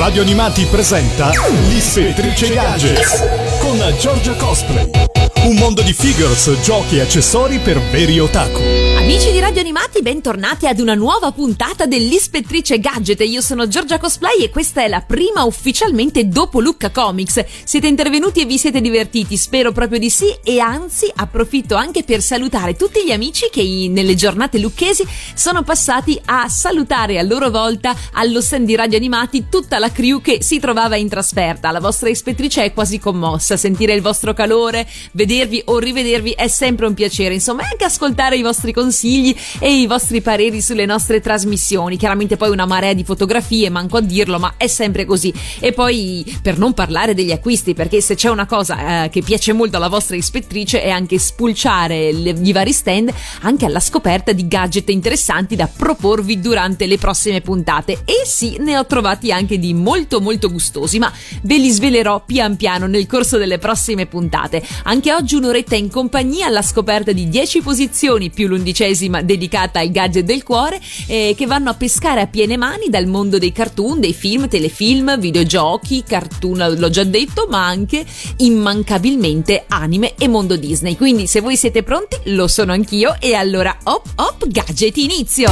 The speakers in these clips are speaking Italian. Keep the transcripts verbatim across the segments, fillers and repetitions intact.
Radio Animati presenta l'Ispettrice Gadgets con Giorgia Cosplay. Un mondo di figures, giochi e accessori per veri otaku. Amici di Radio Animati, bentornati ad una nuova puntata dell'Ispettrice Gadget. Io sono Giorgia Cosplay e questa è la prima ufficialmente dopo Lucca Comics. Siete intervenuti e vi siete divertiti? Spero proprio di sì, e anzi approfitto anche per salutare tutti gli amici che nelle giornate lucchesi sono passati a salutare a loro volta allo stand di Radio Animati tutta la crew che si trovava in trasferta. La vostra ispettrice è quasi commossa, sentire il vostro calore, vedervi o rivedervi è sempre un piacere, insomma, anche ascoltare i vostri consigli e i vostri pareri sulle nostre trasmissioni. Chiaramente poi una marea di fotografie, manco a dirlo, ma è sempre così. E poi per non parlare degli acquisti, perché se c'è una cosa eh, che piace molto alla vostra ispettrice è anche spulciare le, i vari stand anche alla scoperta di gadget interessanti da proporvi durante le prossime puntate. E sì, ne ho trovati anche di molto molto gustosi, ma ve li svelerò pian piano nel corso delle prossime puntate. Anche oggi un'oretta in compagnia alla scoperta di dieci posizioni più l'undicesima dedicata ai gadget del cuore, eh, che vanno a pescare a piene mani dal mondo dei cartoon, dei film, telefilm, videogiochi, cartoon, l'ho già detto, ma anche immancabilmente anime e mondo Disney. Quindi se voi siete pronti, lo sono anch'io, e allora hop hop gadget, inizio!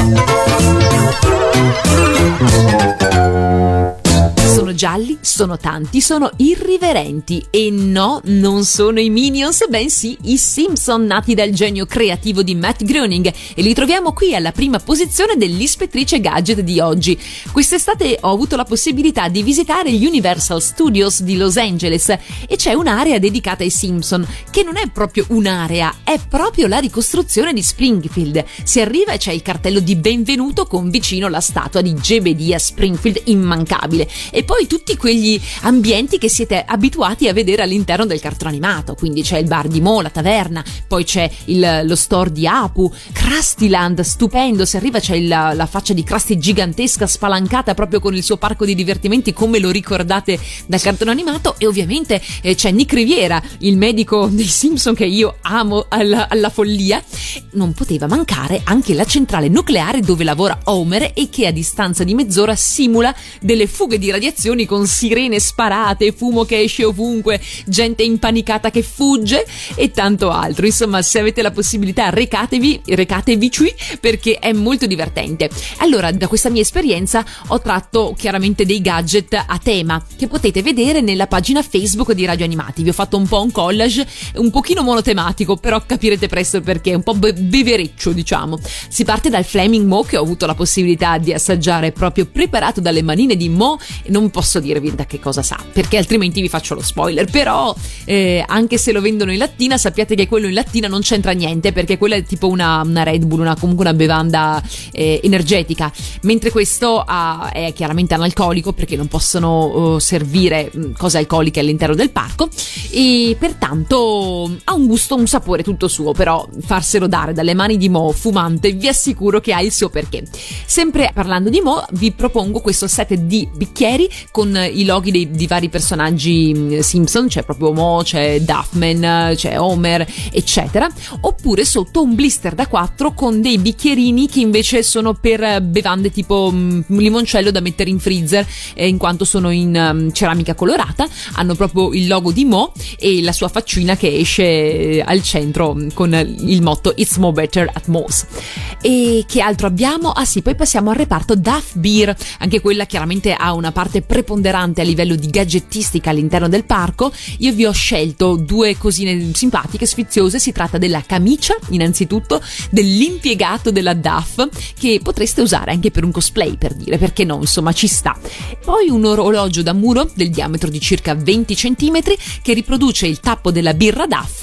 Sono gialli, sono tanti, sono irriverenti e no, non sono i Minions, bensì i Simpson, nati dal genio creativo di Matt Groening, e li troviamo qui alla prima posizione dell'Ispettrice Gadget di oggi. Quest'estate ho avuto la possibilità di visitare gli Universal Studios di Los Angeles e c'è un'area dedicata ai Simpson, che non è proprio un'area, è proprio la ricostruzione di Springfield. Si arriva e c'è il cartello di benvenuto con vicino la statua di Jebedia Springfield, immancabile, e poi tutti quegli ambienti che siete abituati a vedere all'interno del cartone animato. Quindi c'è il bar di Mo, la taverna, poi c'è il, lo store di Apu, Krustyland, stupendo. Si arriva, c'è il, la faccia di Krusty gigantesca, spalancata proprio con il suo parco di divertimenti come lo ricordate dal cartone animato, e ovviamente eh, c'è Nick Riviera, il medico dei Simpson, che io amo alla, alla follia. Non poteva mancare anche la centrale nucleare dove lavora Homer e che a distanza di mezz'ora simula delle fughe di radiazioni con sirene sparate, fumo che esce ovunque, gente impanicata che fugge e tanto altro. Insomma, se avete la possibilità, recatevi, recatevi qui, perché è molto divertente. Allora, da questa mia esperienza ho tratto chiaramente dei gadget a tema che potete vedere nella pagina Facebook di Radio Animati. Vi ho fatto un po' un collage un pochino monotematico, però capirete presto perché è un po' be- bevereccio, diciamo. Si parte dal Flaming Mo, che ho avuto la possibilità di assaggiare proprio preparato dalle manine di Mo. Non posso dirvi da che cosa sa, perché altrimenti vi faccio lo spoiler, però eh, anche se lo vendono in lattina, sappiate che quello in lattina non c'entra niente, perché quella è tipo una, una Red Bull, una, comunque una bevanda eh, energetica, mentre questo ha, è chiaramente analcolico, perché non possono uh, servire cose alcoliche all'interno del parco, e pertanto ha un gusto, un sapore tutto suo. Però farselo dare dalle mani di Mo fumante, vi assicuro che ha il suo perché. Sempre parlando di Mo, vi propongo questo set di bicchieri con i loghi dei, di vari personaggi Simpson. C'è proprio Mo, c'è Duffman, c'è Homer, eccetera. Oppure sotto un blister da quattro con dei bicchierini che invece sono per bevande tipo um, limoncello da mettere in freezer, eh, in quanto sono in um, ceramica colorata. Hanno proprio il logo di Mo e la sua faccina che esce al centro con il motto It's Mo Better at Mo's. E che altro abbiamo? Ah sì, poi passiamo al reparto Duff Beer. Anche quella chiaramente ha una parte preponderante a livello di gadgettistica all'interno del parco. Io vi ho scelto due cosine simpatiche, sfiziose. Si tratta della camicia, innanzitutto, dell'impiegato della Duff, che potreste usare anche per un cosplay, per dire, perché no, insomma, ci sta. Poi un orologio da muro del diametro di circa venti centimetri che riproduce il tappo della birra Duff,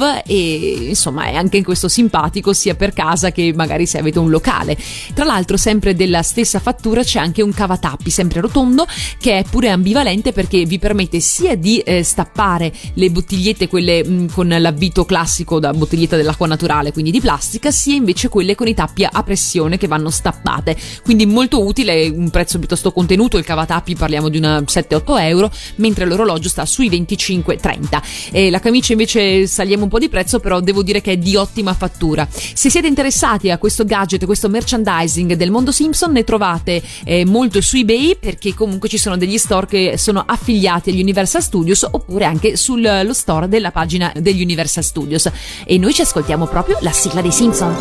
e insomma è anche questo simpatico sia per casa che magari se avete un locale. Tra l'altro, sempre della stessa fattura, c'è anche un cavatappi sempre rotondo, che è pure ambivalente, perché vi permette sia di eh, stappare le bottigliette, quelle mh, con l'avvito classico da bottiglietta dell'acqua naturale, quindi di plastica, sia invece quelle con i tappi a pressione che vanno stappate. Quindi molto utile, un prezzo piuttosto contenuto. Il cavatappi parliamo di una sette otto euro, mentre l'orologio sta sui venticinque trenta. E la camicia invece saliamo un po' di prezzo, però devo dire che è di ottima fattura. Se siete interessati a questo gadget, questo merchandising del mondo Simpson, ne trovate eh, molto su eBay, perché comunque ci sono degli store store che sono affiliati agli Universal Studios, oppure anche sullo store della pagina degli Universal Studios. E noi ci ascoltiamo proprio la sigla dei Simpson.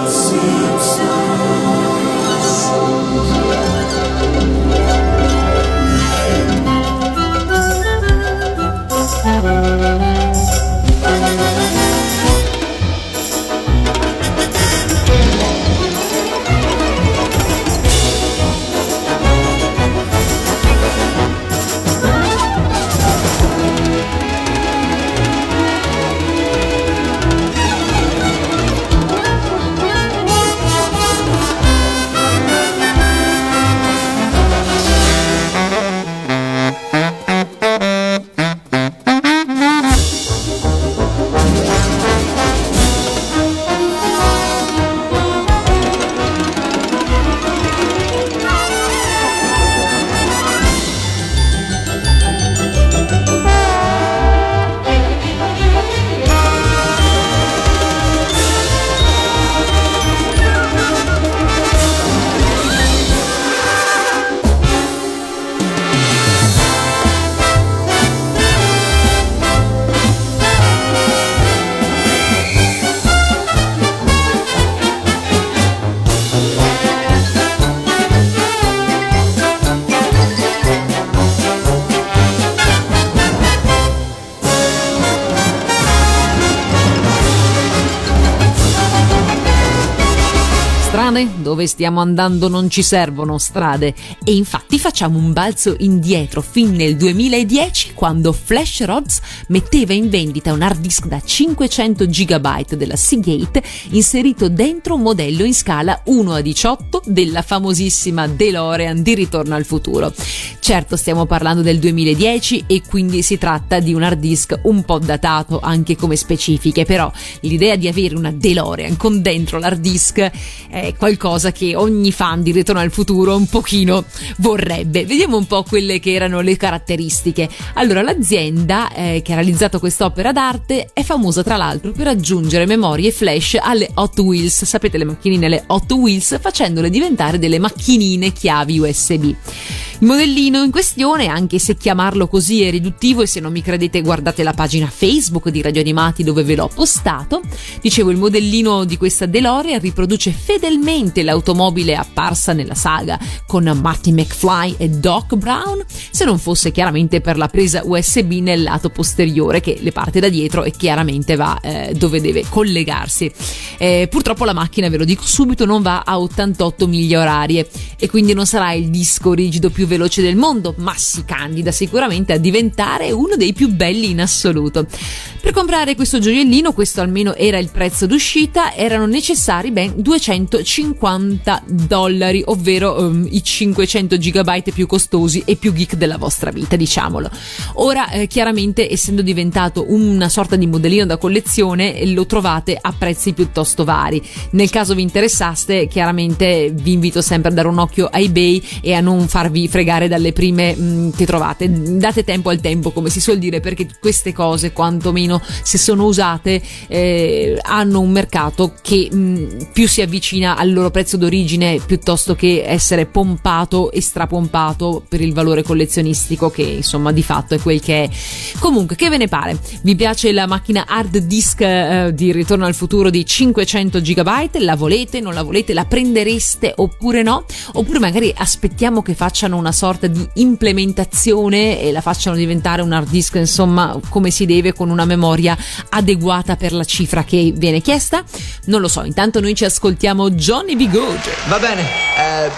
Dove stiamo andando non ci servono strade, e infatti facciamo un balzo indietro fin nel duemiladieci, quando Flash Rods metteva in vendita un hard disk da cinquecento gigabyte della Seagate inserito dentro un modello in scala uno a diciotto della famosissima DeLorean di Ritorno al futuro. Certo, stiamo parlando del duemiladieci e quindi si tratta di un hard disk un po' datato anche come specifiche, però l'idea di avere una DeLorean con dentro l'hard disk è qualcosa che ogni fan di Ritorno al futuro un pochino vorrebbe. Vediamo un po' quelle che erano le caratteristiche. Allora, l'azienda eh, che ha realizzato quest'opera d'arte è famosa tra l'altro per aggiungere memorie flash alle Hot Wheels, sapete le macchinine, le Hot Wheels, facendole diventare delle macchinine chiavi U S B. Il modellino in questione, anche se chiamarlo così è riduttivo, e se non mi credete guardate la pagina Facebook di Radio Animati dove ve l'ho postato, dicevo, il modellino di questa DeLorean riproduce fedelmente l'automobile apparsa nella saga con Marty McFly e Doc Brown, se non fosse chiaramente per la presa U S B nel lato posteriore che le parte da dietro e chiaramente va eh, dove deve collegarsi. Eh, purtroppo la macchina, ve lo dico subito, non va a ottantotto miglia orarie e quindi non sarà il disco rigido più veloce del mondo, ma si candida sicuramente a diventare uno dei più belli in assoluto. Per comprare questo gioiellino, questo almeno era il prezzo d'uscita, erano necessari ben duecentocinquanta dollari, ovvero um, i cinquecento gigabyte più costosi e più geek della vostra vita, diciamolo. Ora eh, chiaramente, essendo diventato una sorta di modellino da collezione, lo trovate a prezzi piuttosto vari. Nel caso vi interessaste, chiaramente vi invito sempre a dare un occhio a eBay e a non farvi fregare dalle prime mh, che trovate. Date tempo al tempo, come si suol dire, perché queste cose, quantomeno se sono usate, eh, hanno un mercato che mh, più si avvicina al loro prezzo d'origine piuttosto che essere pompato e strapompato per il valore collezionistico, che insomma di fatto è quel che è. Comunque, che ve ne pare? Vi piace la macchina hard disk eh, di Ritorno al futuro di cinquecento gigabyte? La volete? Non la volete? La prendereste oppure no? Oppure magari aspettiamo che facciano una sorta di implementazione e la facciano diventare un hard disk, insomma, come si deve, con una memoria adeguata per la cifra che viene chiesta? Non lo so. Intanto noi ci ascoltiamo Johnny B. Good. Va bene, eh,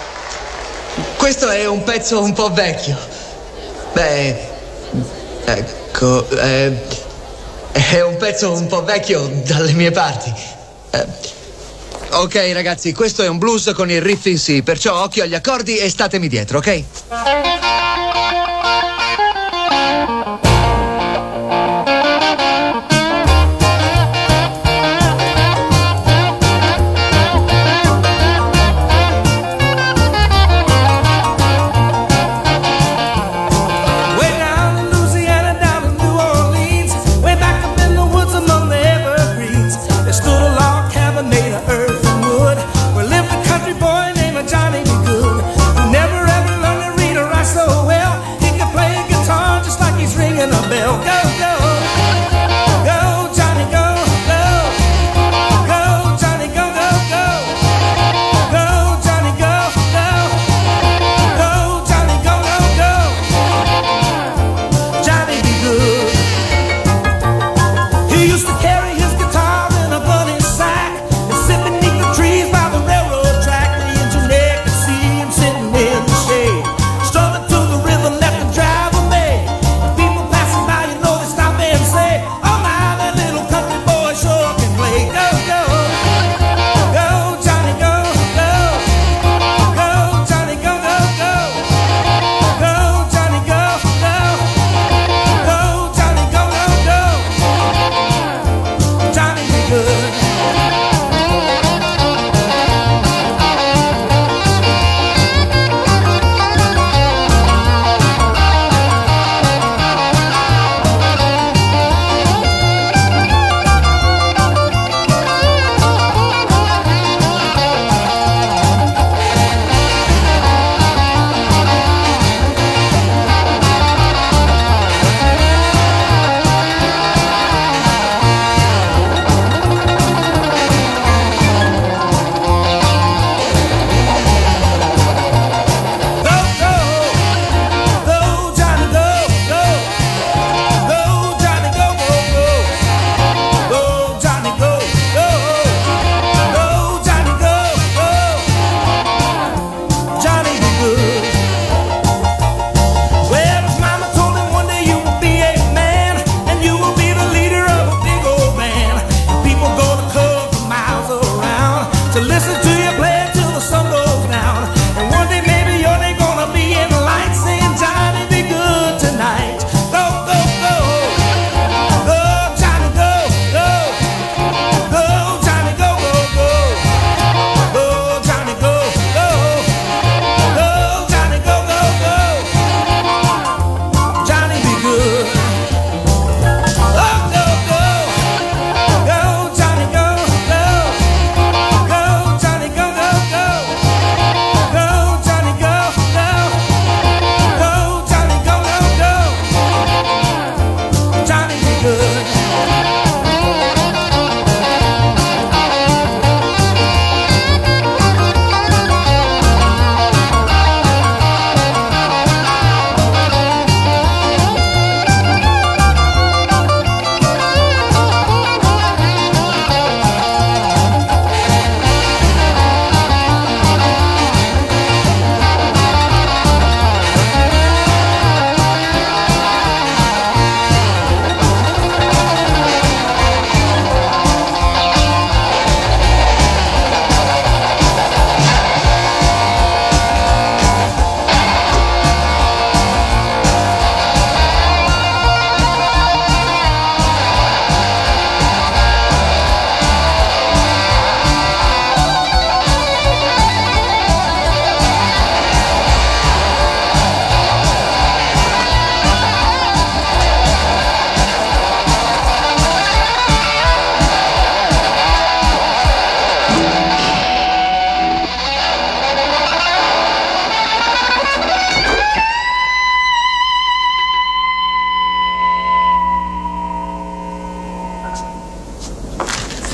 questo è un pezzo un po' vecchio. Beh, ecco, eh, è un pezzo un po' vecchio dalle mie parti. Eh, ok ragazzi, questo è un blues con il riff in Si, perciò occhio agli accordi e statemi dietro, ok? Johnny B. Good, who never ever learned to read or write.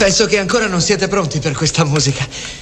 penso che ancora non siete pronti per questa musica.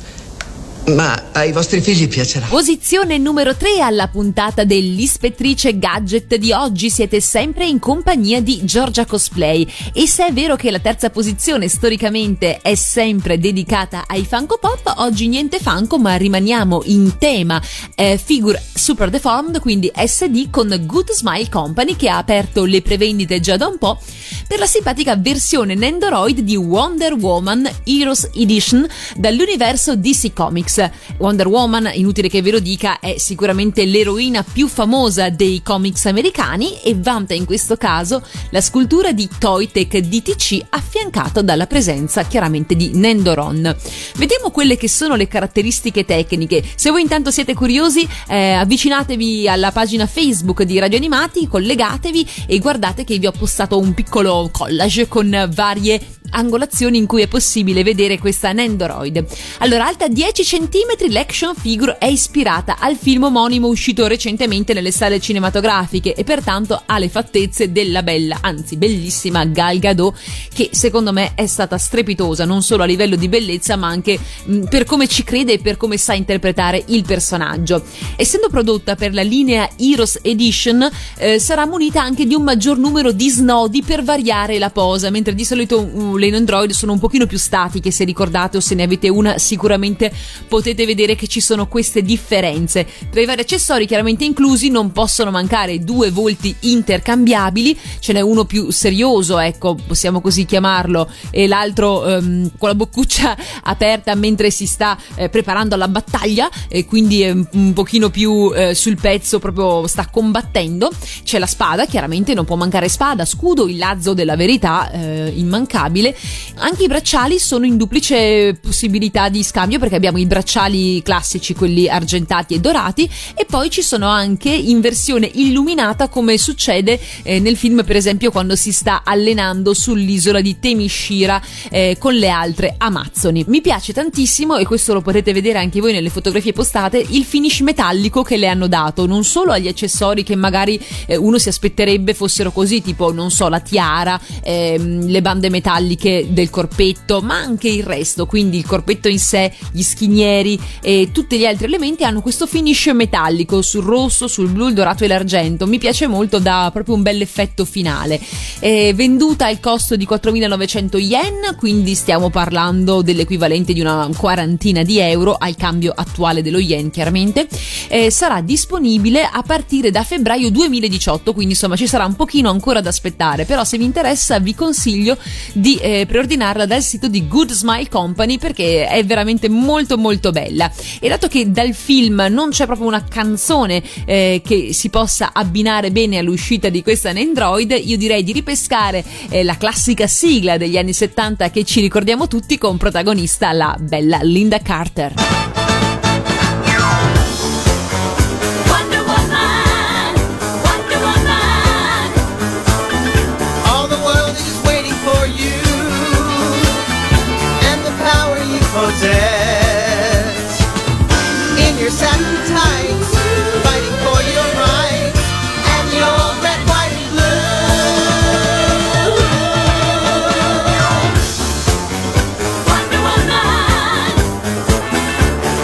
Ma ai vostri figli piacerà. Posizione numero tre alla puntata dell'Ispettrice Gadget di oggi. Siete sempre in compagnia di Giorgia Cosplay. E se è vero che la terza posizione storicamente è sempre dedicata ai Funko Pop, oggi niente Funko, ma rimaniamo in tema eh, figure super deformed, quindi S D, con Good Smile Company, che ha aperto le prevendite già da un po' per la simpatica versione Nendoroid di Wonder Woman Heroes Edition dall'universo D C Comics. Wonder Woman, inutile che ve lo dica, è sicuramente l'eroina più famosa dei comics americani e vanta in questo caso la scultura di Toytech D T C, affiancato dalla presenza chiaramente di Nendoron. Vediamo quelle che sono le caratteristiche tecniche. Se voi intanto siete curiosi, eh, avvicinatevi alla pagina Facebook di Radio Animati, collegatevi e guardate che vi ho postato un piccolo collage con varie angolazioni in cui è possibile vedere questa Nendoroid. Allora, alta dieci centimetri, l'action figure è ispirata al film omonimo uscito recentemente nelle sale cinematografiche e pertanto ha le fattezze della bella, anzi bellissima Gal Gadot, che secondo me è stata strepitosa non solo a livello di bellezza ma anche mh, per come ci crede e per come sa interpretare il personaggio. Essendo prodotta per la linea Heroes Edition, eh, sarà munita anche di un maggior numero di snodi per variare la posa, mentre di solito uh, le Nendoroid sono un pochino più statiche. Se ricordate o se ne avete una, sicuramente potete vedere che ci sono queste differenze. Tra i vari accessori chiaramente inclusi non possono mancare due volti intercambiabili, ce n'è uno più serioso, ecco, possiamo così chiamarlo, e l'altro um, con la boccuccia aperta mentre si sta eh, preparando alla battaglia, e quindi è un pochino più eh, sul pezzo, proprio sta combattendo. C'è la spada, chiaramente non può mancare spada, scudo, il lazzo della verità, eh, immancabile. Anche i bracciali sono in duplice possibilità di scambio, perché abbiamo i bracciali classici, quelli argentati e dorati, e poi ci sono anche in versione illuminata, come succede eh, nel film per esempio quando si sta allenando sull'isola di Themyscira eh, con le altre amazzoni. Mi piace tantissimo, e questo lo potete vedere anche voi nelle fotografie postate, il finish metallico che le hanno dato, non solo agli accessori che magari eh, uno si aspetterebbe fossero così, tipo non so la tiara, ehm, le bande metalliche del corpetto, ma anche il resto, quindi il corpetto in sé, gli schinieri e tutti gli altri elementi hanno questo finish metallico sul rosso, sul blu, il dorato e l'argento. Mi piace molto, dà proprio un bel effetto finale. È venduta al costo di quattromilanovecento yen, quindi stiamo parlando dell'equivalente di una quarantina di euro al cambio attuale dello yen, chiaramente. Eh, sarà disponibile a partire da febbraio duemiladiciotto, quindi insomma ci sarà un pochino ancora da aspettare, però se vi interessa vi consiglio di eh, preordinarla dal sito di Good Smile Company, perché è veramente molto molto bella. E dato che dal film non c'è proprio una canzone eh, che si possa abbinare bene all'uscita di questa Nendoroid, io direi di ripescare eh, la classica sigla degli anni settanta che ci ricordiamo tutti, con protagonista la bella Linda Carter. In your satin tights, fighting for your rights, and your red, white, and blue. Wonder Woman,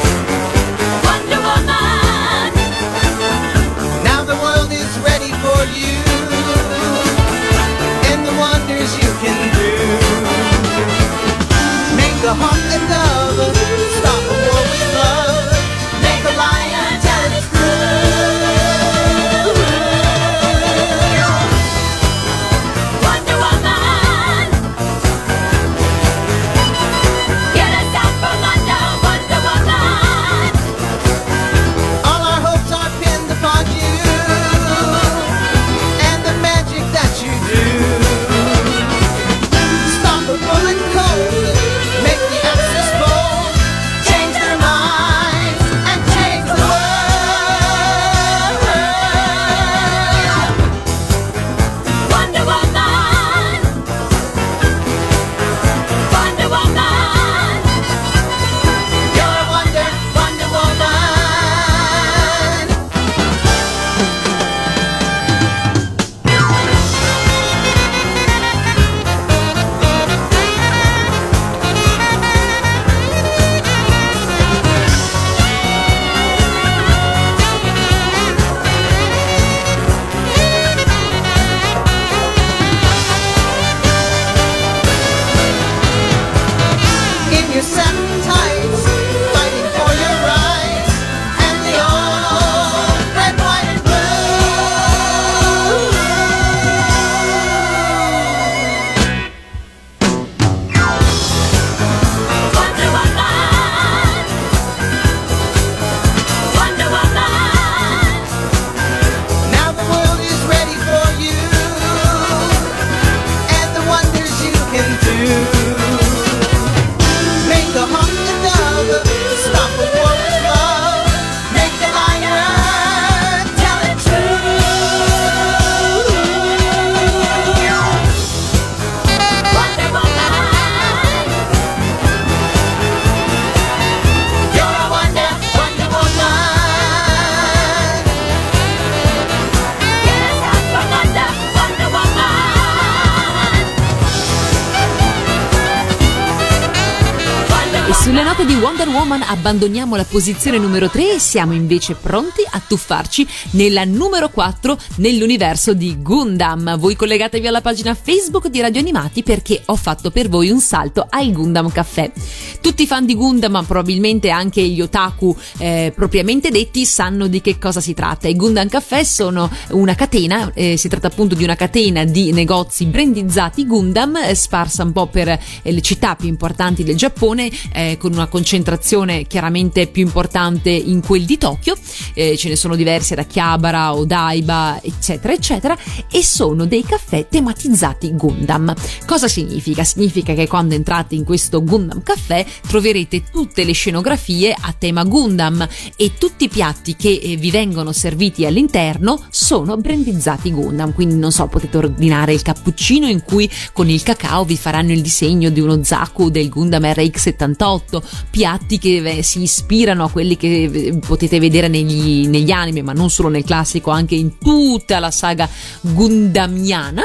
Sulle note di Wonder Woman abbandoniamo la posizione numero tre e siamo invece pronti a tuffarci nella numero quattro nell'universo di Gundam. Voi collegatevi alla pagina Facebook di Radio Animati perché ho fatto per voi un salto al Gundam Café. Tutti i fan di Gundam, ma probabilmente anche gli otaku eh, propriamente detti, sanno di che cosa si tratta. I Gundam Café sono una catena, eh, si tratta appunto di una catena di negozi brandizzati Gundam eh, sparsa un po' per eh, le città più importanti del Giappone, eh, con una concentrazione chiaramente più importante in quel di Tokyo. Eh, ce ne sono diversi ad Akihabara, Odaiba, eccetera eccetera, e sono dei caffè tematizzati Gundam. Cosa significa? Significa che quando entrate in questo Gundam Café troverete tutte le scenografie a tema Gundam e tutti i piatti che eh, vi vengono serviti all'interno sono brandizzati Gundam. Quindi non so, potete ordinare il cappuccino in cui con il cacao vi faranno il disegno di uno Zaku del Gundam R X settantotto, piatti che eh, si ispirano a quelli che eh, potete vedere negli, negli anime, ma non solo nel classico, anche in tutta la saga gundamiana.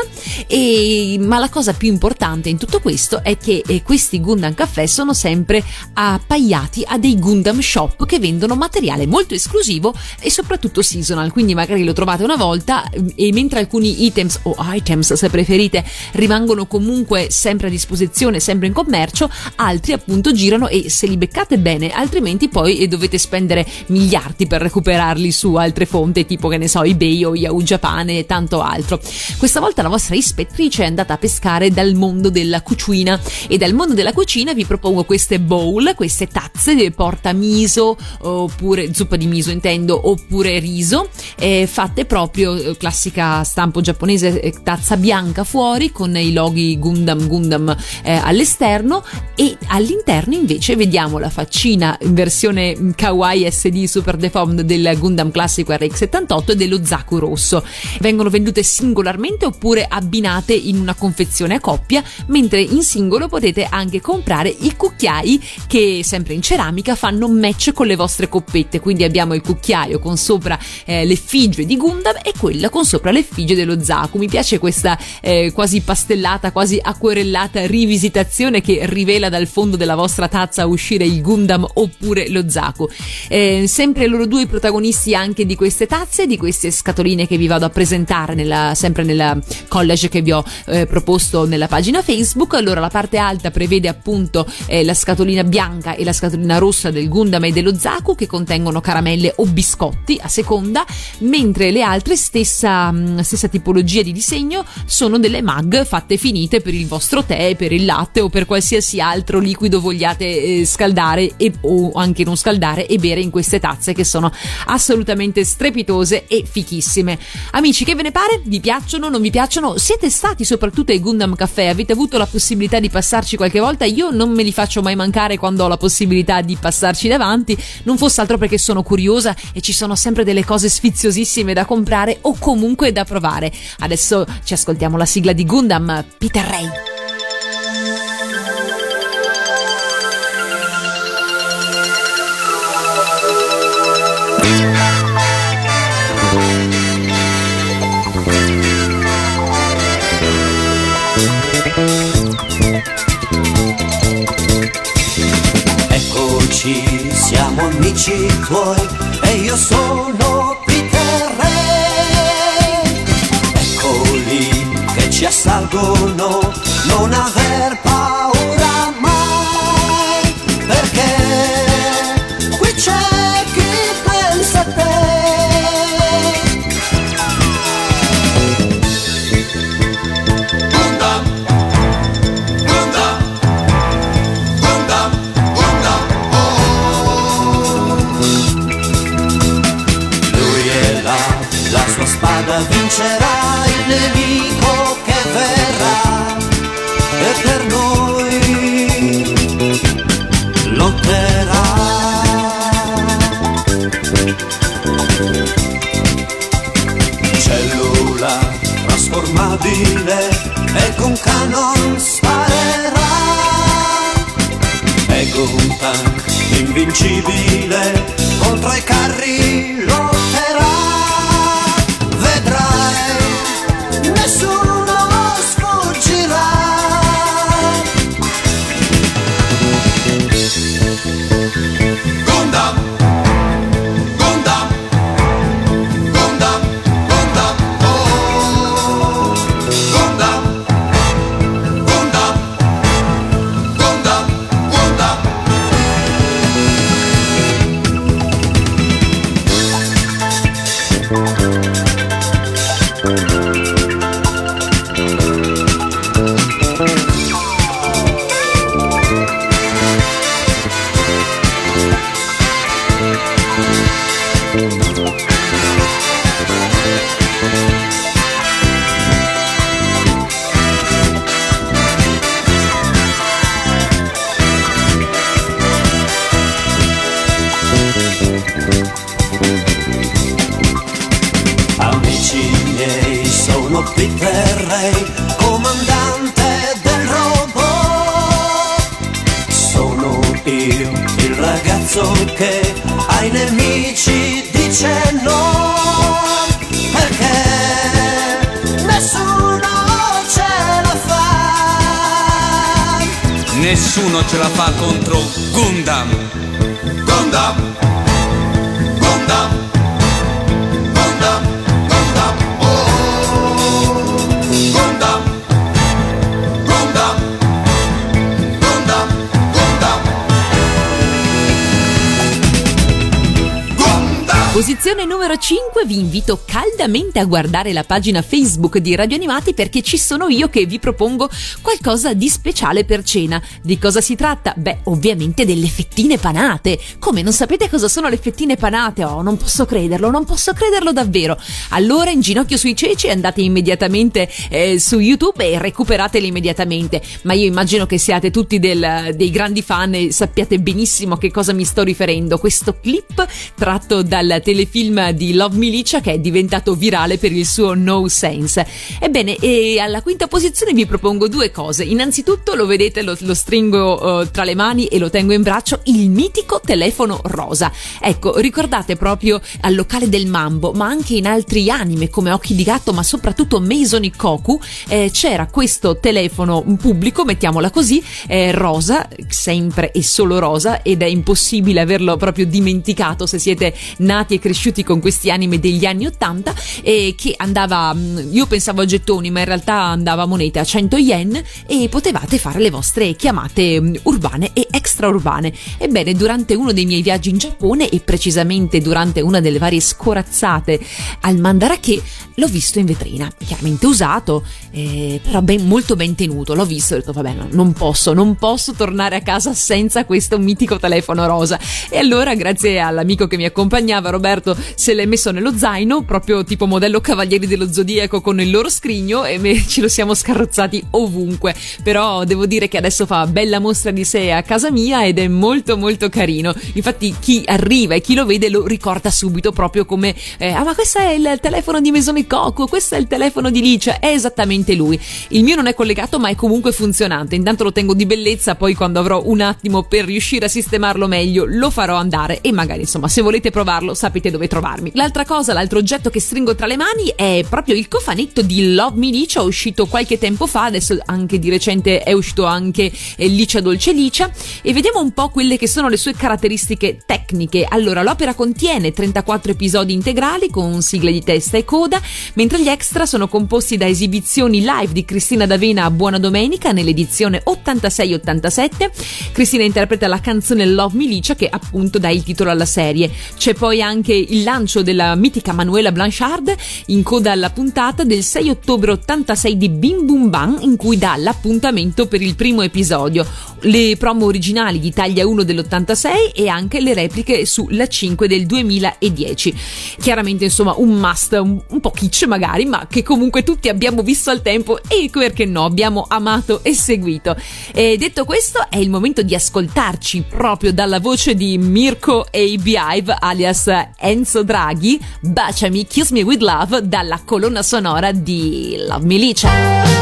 E, ma la cosa più importante in tutto questo è che eh, questi Gundam Café sono sempre appaiati a dei Gundam Shop che vendono materiale molto esclusivo e soprattutto seasonal, quindi magari lo trovate una volta e mentre alcuni items o items, se preferite, rimangono comunque sempre a disposizione, sempre in commercio, altri appunto girano e se li beccate bene, altrimenti poi dovete spendere miliardi per recuperarli su altre fonti tipo, che ne so, eBay o Yahoo Japan e tanto altro. Questa volta la vostra ispettrice è andata a pescare dal mondo della cucina e dal mondo della cucina vi propongo queste bowl, queste tazze porta miso oppure zuppa di miso intendo, oppure riso, eh, fatte proprio eh, classica stampo giapponese, eh, tazza bianca fuori con i loghi Gundam Gundam eh, all'esterno, e all'interno invece vediamo la faccina in versione kawaii S D super deformed del Gundam classico R X settantotto e dello Zaku rosso. Vengono vendute singolarmente oppure abbinate in una confezione a coppia, mentre in singolo potete anche comprare i cucchiai che sempre in ceramica fanno match con le vostre coppette. Quindi abbiamo il cucchiaio con sopra eh, l'effigie di Gundam e quella con sopra l'effigie dello Zaku. Mi piace questa eh, quasi pastellata, quasi acquerellata rivisitazione che rivela dal fondo della vostra tazza uscire il Gundam oppure lo Zaku. Eh, sempre loro due i protagonisti anche di queste tazze, di queste scatoline che vi vado a presentare nella, sempre nella collage che vi ho eh, proposto nella pagina Facebook. Allora, la parte alta prevede appunto eh, la scatolina bianca e la scatolina rossa del Gundam e dello Zaku, che contengono caramelle o biscotti a seconda, mentre le altre stessa, stessa tipologia di disegno sono delle mug fatte finite per il vostro tè, per il latte o per qualsiasi altro liquido vogliate eh, scaldare e, o anche non scaldare e bere in queste tazze, che sono assolutamente strepitose e fichissime. Amici, che ve ne pare? Vi piacciono? Non vi piacciono? Siete stati soprattutto ai Gundam Café? Avete avuto la possibilità di passarci qualche volta? Io non me li faccio mai mancare quando ho la possibilità di passarci davanti, non fosse altro perché sono curiosa e ci sono sempre delle cose sfiziosissime da comprare o comunque da provare. Adesso ci ascoltiamo la sigla di Gundam, Peter Ray. Eccoci, siamo amici tuoi e io sono Peter Ray. Eccoli che ci assalgono, non aver paura mai, perché qui c'è chi pensa a te. Vincerà il nemico che verrà e per noi lotterà. Cellula trasformabile e con canon sparerà. È un tank invincibile contro i carri lotterà. Nessuno sfuggirà. sono Peter Ray, comandante del robot. Sono io, il ragazzo che ai nemici dice no, perché nessuno ce la fa. Nessuno ce la fa contro Gundam. Gundam, Gundam, Gundam, Gundam, oh, Gundam, Gundam, Gundam, Gundam, Gundam. Posizione numero cinque, vi invito caldamente a guardare la pagina Facebook di Radio Animati perché ci sono io che vi propongo qualcosa di speciale per cena. Di cosa si tratta? Beh, ovviamente delle fettine panate. Come, non sapete cosa sono le fettine panate? Oh, non posso crederlo, non posso crederlo davvero. Allora, in ginocchio sui ceci, andate immediatamente eh, su YouTube e recuperatele immediatamente. Ma io immagino che siate tutti del, dei grandi fan e sappiate benissimo a che cosa mi sto riferendo. Questo clip tratto dal telefilm di Love Militia che è diventato virale per il suo no sense. Ebbene, e alla quinta posizione vi propongo due cose. Innanzitutto, lo vedete, lo, lo stringo uh, tra le mani e lo tengo in braccio, il mitico telefono rosa. Ecco, ricordate proprio al locale del Mambo, ma anche in altri anime come Occhi di Gatto, ma soprattutto Maison Ikkoku, eh, c'era questo telefono pubblico, mettiamola così, eh, rosa, sempre e solo rosa, ed è impossibile averlo proprio dimenticato se siete nati e cresciuti con questi anime degli anni ottanta, e che andava, io pensavo a gettoni ma in realtà andava a monete, a cento yen, e potevate fare le vostre chiamate urbane e extraurbane. Ebbene, durante uno dei miei viaggi in Giappone, e precisamente durante una delle varie scorazzate al Mandarake, l'ho visto in vetrina, chiaramente usato, eh, però ben, molto ben tenuto. L'ho visto e ho detto vabbè, no, non posso non posso tornare a casa senza questo mitico telefono rosa. E allora, grazie all'amico che mi accompagnava, Roberto, se l'è messo nello zaino, proprio tipo modello Cavalieri dello Zodiaco con il loro scrigno, e me, ce lo siamo scarrozzati ovunque. Però devo dire che adesso fa bella mostra di sé a casa mia ed è molto molto carino. Infatti chi arriva e chi lo vede lo ricorda subito, proprio come eh, ah, ma questo è il telefono di Maison Ikkoku, questo è il telefono di Licia, è esattamente lui. Il mio non è collegato ma è comunque funzionante. Intanto lo tengo di bellezza, poi quando avrò un attimo per riuscire a sistemarlo meglio lo farò andare, e magari insomma se volete provarlo sapete dove trovarmi. L'altra cosa, l'altro oggetto che stringo tra le mani è proprio il cofanetto di Love Militia, uscito qualche tempo fa, adesso anche di recente è uscito anche Licia Dolce Licia, e vediamo un po' quelle che sono le sue caratteristiche tecniche. Allora, l'opera contiene trentaquattro episodi integrali con sigle di testa e coda, mentre gli extra sono composti da esibizioni live di Cristina D'Avena a Buona Domenica nell'edizione ottantasei ottantasette. Cristina interpreta la canzone Love Militia che appunto dà il titolo alla serie. C'è poi anche il lancio della mitica Manuela Blanchard in coda alla puntata del sei ottobre ottantasei di Bim Bum Bam, in cui dà l'appuntamento per il primo episodio, le promo originali di Italia uno dell'ottantasei e anche le repliche su La cinque del duemiladieci. Chiaramente insomma un must, un, un po' kitsch magari, ma che comunque tutti abbiamo visto al tempo e perché no abbiamo amato e seguito. E detto questo, è il momento di ascoltarci proprio dalla voce di Mirko A B Hive alias Enzo Draghi, Baciami, Kiss Me With Love, dalla colonna sonora di Love Militia.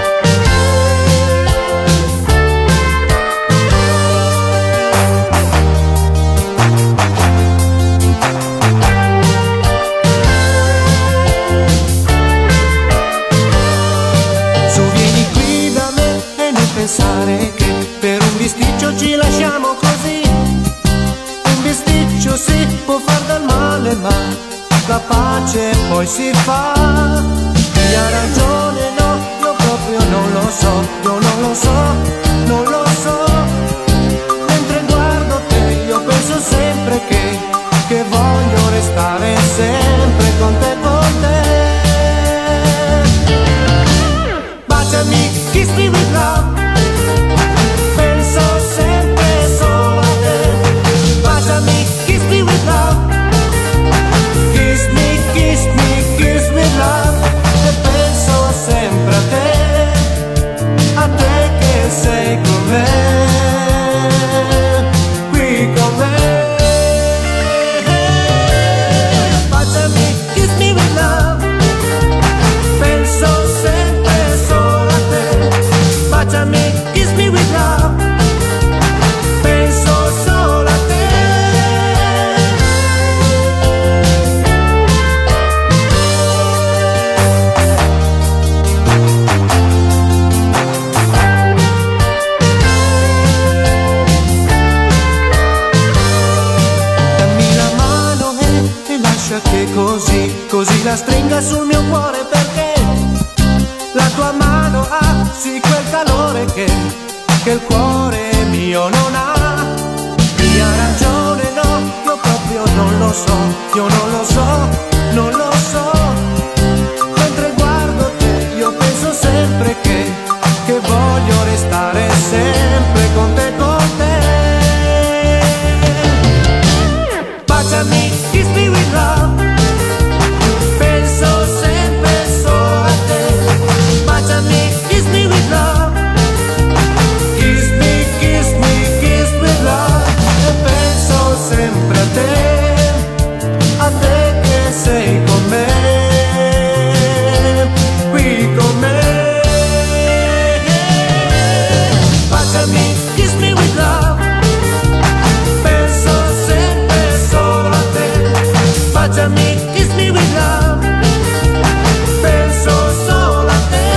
Pensare che per un bisticcio ci lasciamo così. Un bisticcio si può far del male, ma la pace poi si fa. Chi ha ragione no, io proprio non lo so, io non lo so, non lo so. Mentre guardo te io penso sempre che, che voglio restare sempre con te, con te. Baciami, kiss me with love. Kiss me with love, kiss me, kiss me, kiss me love. E penso sempre a te, a te che stringa sul mio cuore perché la tua mano ha sì quel calore che, che il cuore mio non ha. Mi ha ragione, no, io proprio non lo so, io non lo so, non lo so. Mentre guardo te io penso sempre che, che voglio restare sempre con te, con te. Baciami, kiss me with love. Penso sempre solo a te. Baciami, kiss me with love. Kiss me, kiss me, kiss with love. E penso sempre a te, a te che sei con me, qui con me. Baciami, kiss me with love. Penso sempre solo a te. Baciami, kiss me with love. Penso solo a te.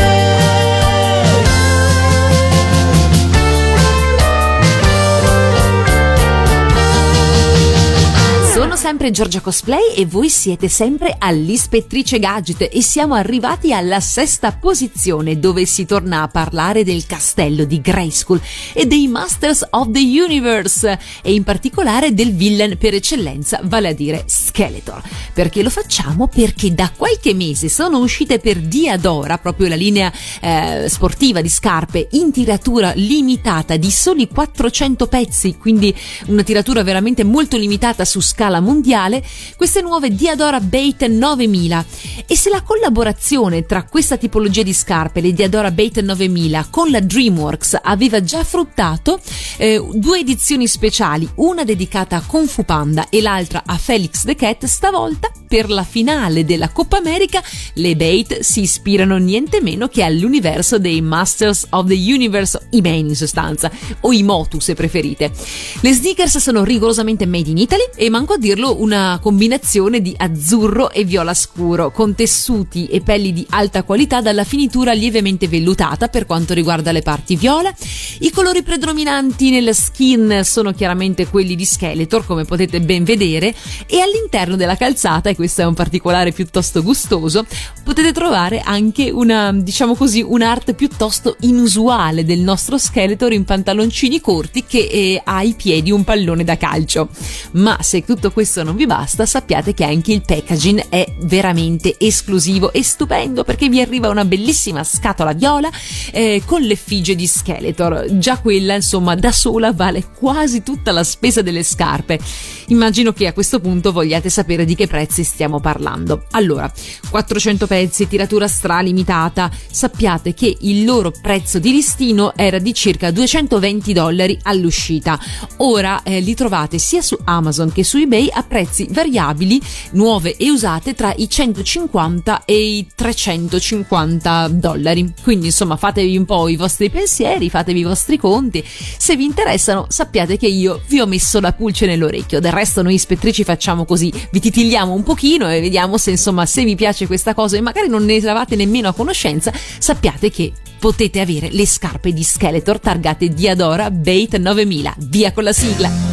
Sono sempre Giorgia Cosplay e voi siete sempre all'Ispettrice Gadget e siamo arrivati alla sesta posizione, dove si torna a parlare del castello di Grayskull e dei Masters of the Universe e in particolare del villain per eccellenza, vale a dire Skeletor. Perché lo facciamo? Perché da qualche mese sono uscite per Diadora, proprio la linea eh, sportiva di scarpe in tiratura limitata di soli quattrocento pezzi, quindi una tiratura veramente molto limitata su scala mondiale, queste nuove Diadora Bait novemila. E se la collaborazione tra questa tipologia di scarpe, le Diadora Bait novemila, con la DreamWorks aveva già fruttato eh, due edizioni speciali, una dedicata a Kung Fu Panda e l'altra a Felix the Cat, stavolta per la finale della Coppa America le Bait si ispirano niente meno che all'universo dei Masters of the Universe, i main in sostanza, o i Motu se preferite. Le sneakers sono rigorosamente made in Italy e manco a dirlo una combinazione di azzurro e viola scuro con tessuti e pelli di alta qualità dalla finitura lievemente vellutata per quanto riguarda le parti viola. I colori predominanti nella skin sono chiaramente quelli di Skeletor, come potete ben vedere, e all'interno della calzata, e questo è un particolare piuttosto gustoso, potete trovare anche una, diciamo così, un'arte piuttosto inusuale del nostro Skeletor in pantaloncini corti che eh, ha ai piedi un pallone da calcio. Ma se tutto questo non vi basta, sappiate che anche il packaging è veramente esclusivo e stupendo, perché vi arriva una bellissima scatola viola eh, con l'effigie di Skeletor. Già quella, insomma, da sola vale quasi tutta la spesa delle scarpe. Immagino che a questo punto vogliate sapere di che prezzi stiamo parlando. Allora, quattrocento pezzi, tiratura stralimitata. Sappiate che il loro prezzo di listino era di circa duecentoventi dollari all'uscita. Ora eh, li trovate sia su Amazon che su eBay a prezzi variabili, nuove e usate tra i centocinquanta e i trecentocinquanta dollari. Quindi insomma, fatevi un po' i vostri pensieri, fatevi i vostri conti. Se vi interessano, sappiate che io vi ho messo la pulce nell'orecchio. Del resto noi ispettrici facciamo così, vi titiliamo un pochino e vediamo se insomma se vi piace questa cosa e magari non ne eravate nemmeno a conoscenza. Sappiate che potete avere le scarpe di Skeletor targate Diadora Bait novemila. Via con la sigla.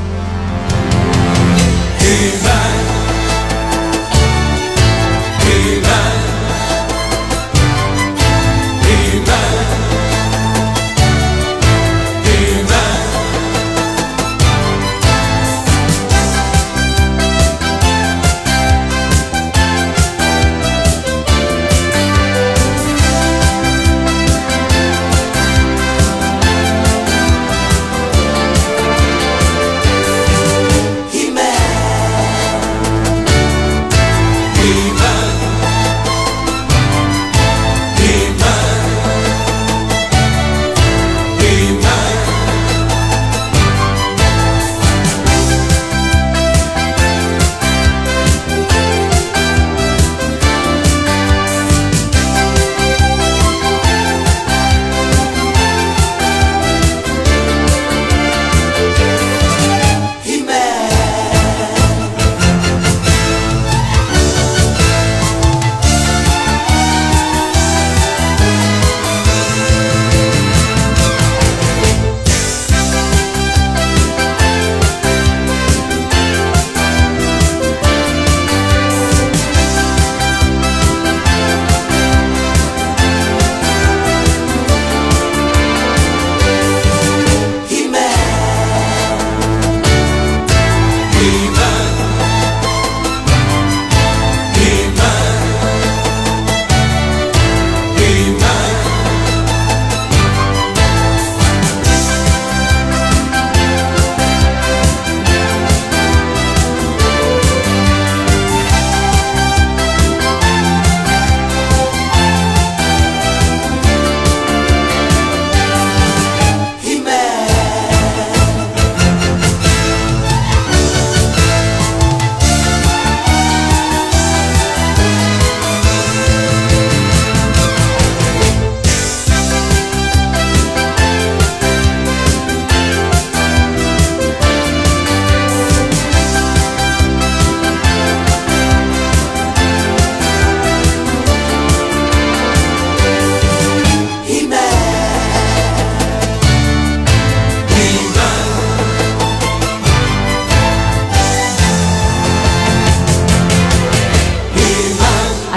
He-Man, He-Man, He-Man, He-Man.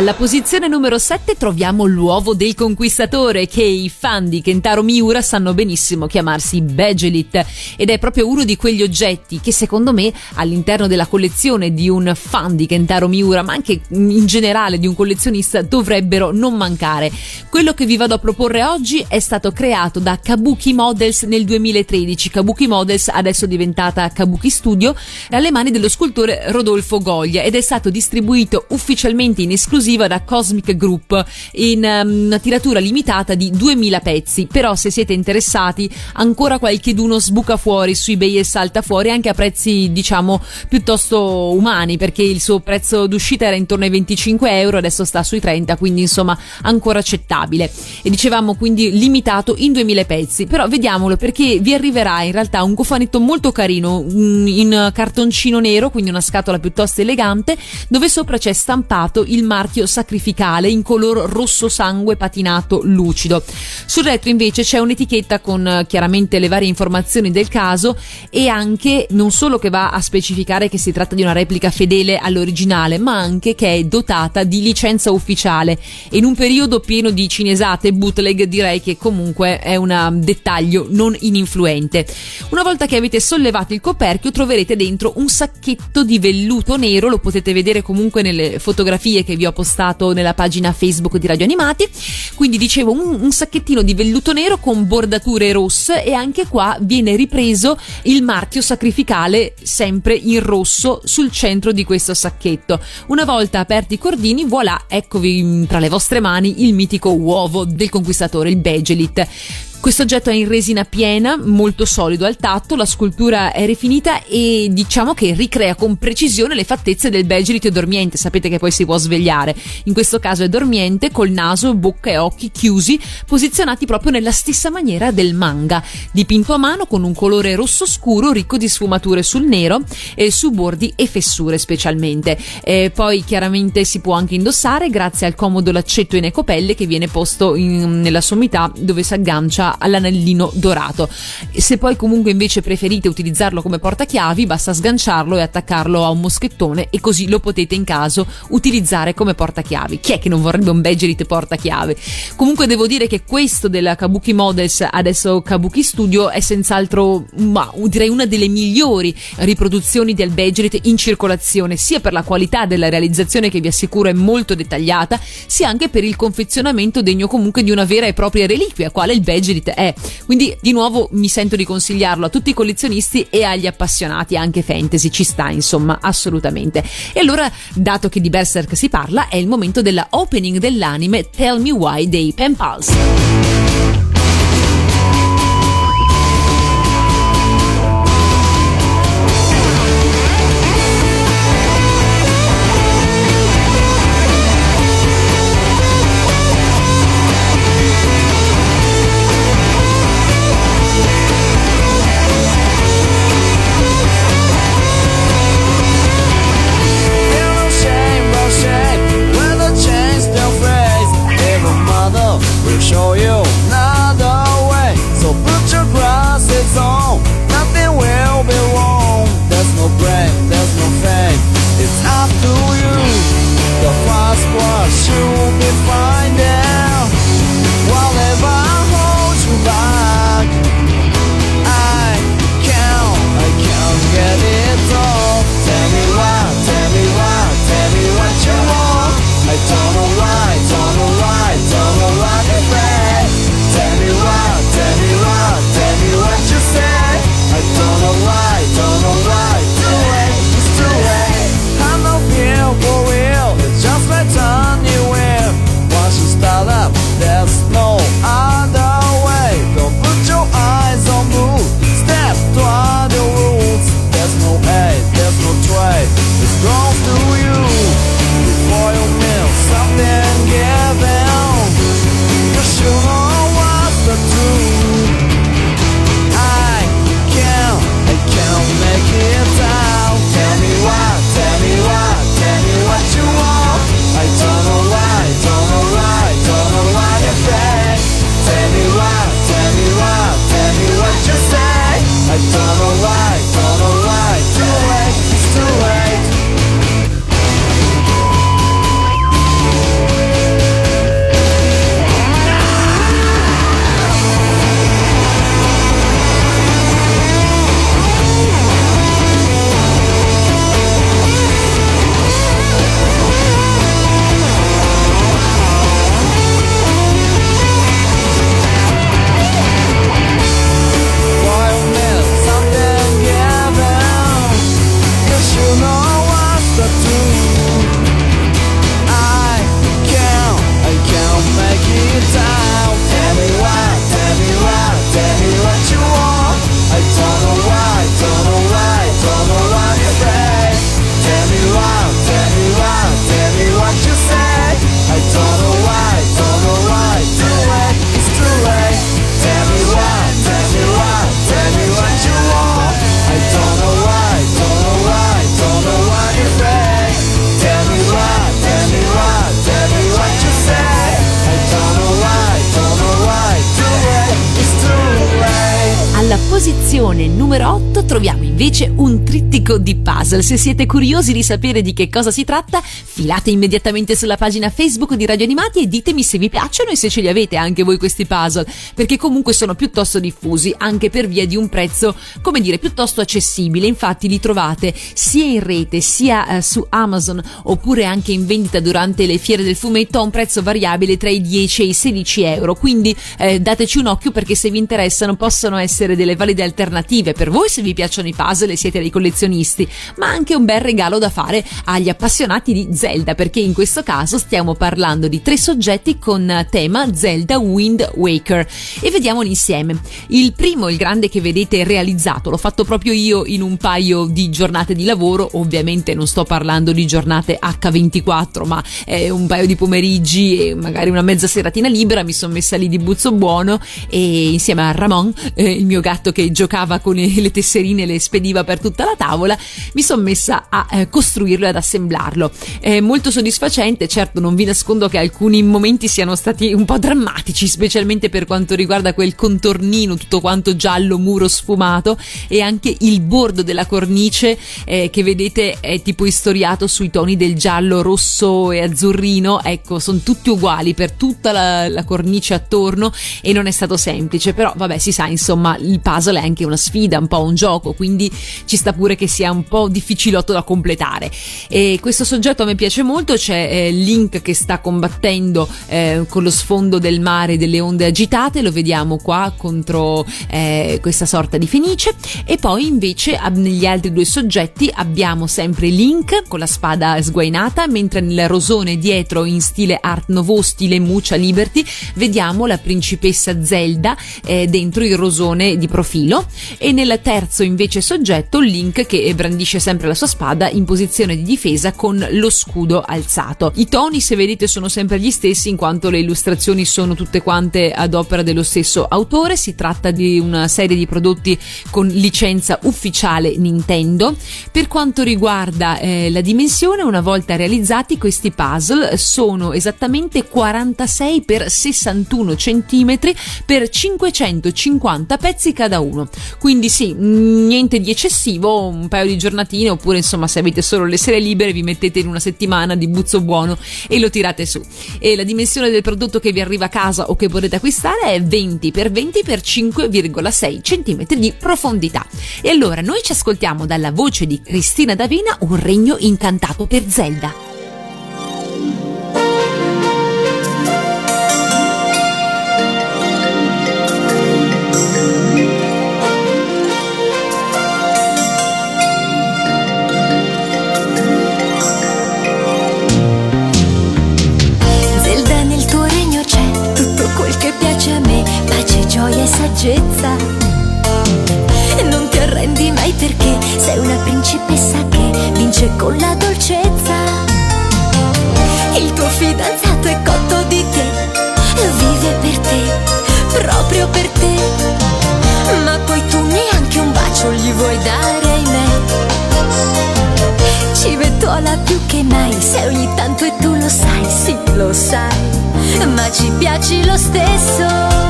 Alla posizione numero sette troviamo l'uovo del conquistatore, che i fan di Kentaro Miura sanno benissimo chiamarsi Bagelit, ed è proprio uno di quegli oggetti che secondo me all'interno della collezione di un fan di Kentaro Miura, ma anche in generale di un collezionista, dovrebbero non mancare. Quello che vi vado a proporre oggi è stato creato da Kabuki Models nel duemilatredici. Kabuki Models adesso è diventata Kabuki Studio, alle mani dello scultore Rodolfo Goglia, ed è stato distribuito ufficialmente in esclusiva da Cosmic Group in um, una tiratura limitata di duemila pezzi. Però se siete interessati, ancora qualcheduno sbuca fuori su eBay e salta fuori anche a prezzi diciamo piuttosto umani, perché il suo prezzo d'uscita era intorno ai venticinque euro, adesso sta sui trenta, quindi insomma ancora accettabile. E dicevamo quindi limitato in duemila pezzi. Però vediamolo, perché vi arriverà in realtà un cofanetto molto carino in cartoncino nero, quindi una scatola piuttosto elegante, dove sopra c'è stampato il marchio sacrificale in color rosso sangue patinato lucido. Sul retro invece c'è un'etichetta con chiaramente le varie informazioni del caso, e anche non solo che va a specificare che si tratta di una replica fedele all'originale, ma anche che è dotata di licenza ufficiale. E in un periodo pieno di cinesate e bootleg direi che comunque è un dettaglio non ininfluente. Una volta che avete sollevato il coperchio troverete dentro un sacchetto di velluto nero, lo potete vedere comunque nelle fotografie che vi ho postato nella pagina Facebook di Radio Animati. Quindi dicevo un, un sacchettino di velluto nero con bordature rosse, e anche qua viene ripreso il marchio sacrificale sempre in rosso sul centro di questo sacchetto. Una volta aperti i cordini, voilà, eccovi tra le vostre mani il mitico uovo del conquistatore, il Bagelit. Questo oggetto è in resina piena, molto solido al tatto, la scultura è rifinita e diciamo che ricrea con precisione le fattezze del Bagelit dormiente. Sapete che poi si può svegliare. In questo caso è dormiente, col naso, bocca e occhi chiusi, posizionati proprio nella stessa maniera del manga. Dipinto a mano con un colore rosso scuro ricco di sfumature sul nero e su bordi e fessure specialmente. E poi chiaramente si può anche indossare grazie al comodo laccetto in ecopelle che viene posto in, nella sommità, dove si aggancia all'anellino dorato. Se poi comunque invece preferite utilizzarlo come portachiavi, basta sganciarlo e attaccarlo a un moschettone, e così lo potete in caso utilizzare come portachiavi. Chi è che non vorrebbe un Bagelit portachiave? Comunque devo dire che questo della Kabuki Models, adesso Kabuki Studio, è senz'altro ma, direi una delle migliori riproduzioni del Bagelit in circolazione, sia per la qualità della realizzazione, che vi assicuro è molto dettagliata, sia anche per il confezionamento degno comunque di una vera e propria reliquia, quale il Bagelit è. Quindi di nuovo mi sento di consigliarlo a tutti i collezionisti e agli appassionati anche fantasy, ci sta insomma assolutamente. E allora, dato che di Berserk si parla, è il momento della opening dell'anime Tell Me Why dei Pen Pals. Show you now. Alla posizione numero otto troviamo invece un trittico di puzzle. Se siete curiosi di sapere di che cosa si tratta, filate immediatamente sulla pagina Facebook di Radio Animati e ditemi se vi piacciono e se ce li avete anche voi questi puzzle, perché comunque sono piuttosto diffusi, anche per via di un prezzo, come dire, piuttosto accessibile. Infatti li trovate sia in rete sia eh, su Amazon, oppure anche in vendita durante le fiere del fumetto a un prezzo variabile tra i dieci e i sedici euro. Quindi eh, dateci un occhio, perché se vi interessano possono essere delle valide alternative per voi se vi piacciono i puzzle e siete dei collezionisti, ma anche un bel regalo da fare agli appassionati di Zelda, perché in questo caso stiamo parlando di tre soggetti con tema Zelda Wind Waker e vediamoli insieme. Il primo, il grande che vedete realizzato, l'ho fatto proprio io in un paio di giornate di lavoro. Ovviamente non sto parlando di giornate acca ventiquattro, ma eh, un paio di pomeriggi e magari una mezza seratina libera. Mi sono messa lì di buzzo buono e insieme a Ramon, eh, il mio gatto che giocava con le tesserine e le spediva per tutta la tavola, mi sono messa a eh, costruirlo e ad assemblarlo. È molto soddisfacente. Certo, non vi nascondo che alcuni momenti siano stati un po' drammatici, specialmente per quanto riguarda quel contornino tutto quanto giallo, muro sfumato, e anche il bordo della cornice eh, che vedete è tipo istoriato sui toni del giallo, rosso e azzurrino. Ecco, sono tutti uguali per tutta la, la cornice attorno e non è stato semplice, però vabbè, si sa, insomma, il puzzle è anche una sfida, un po' un gioco, quindi ci sta pure che sia un po' difficilotto da completare. E questo soggetto a me piace molto. C'è eh, Link che sta combattendo eh, con lo sfondo del mare, delle onde agitate, lo vediamo qua contro eh, questa sorta di fenice. E poi invece ab- negli altri due soggetti abbiamo sempre Link con la spada sguainata, mentre nel rosone dietro, in stile Art Nouveau, stile Mucha Liberty, vediamo la principessa Zelda eh, dentro il rosone di profilo. E nel terzo invece soggetto Link che brandisce sempre la sua spada in posizione di difesa con lo scudo alzato. I toni, se vedete, sono sempre gli stessi, in quanto le illustrazioni sono tutte quante ad opera dello stesso autore. Si tratta di una serie di prodotti con licenza ufficiale Nintendo. Per quanto riguarda eh, la dimensione, una volta realizzati questi puzzle sono esattamente quarantasei per sessantuno centimetri per cinquecentocinquanta pezzi cada uno. Quindi sì, niente di eccessivo, un paio di giornatine, oppure insomma se avete solo le sere libere vi mettete in una settimana di buzzo buono e lo tirate su. E la dimensione del prodotto che vi arriva a casa o che volete acquistare è venti per venti per cinque virgola sei centimetri di profondità. E allora noi ci ascoltiamo dalla voce di Cristina D'Avena Un regno incantato per Zelda. Gioia e saggezza, non ti arrendi mai perché sei una principessa che vince con la dolcezza. Il tuo fidanzato è cotto di te, vive per te, proprio per te, ma poi tu neanche un bacio gli vuoi dare, ahimè. Ci vettola più che mai, se ogni tanto e tu lo sai, sì lo sai, ma ci piaci lo stesso.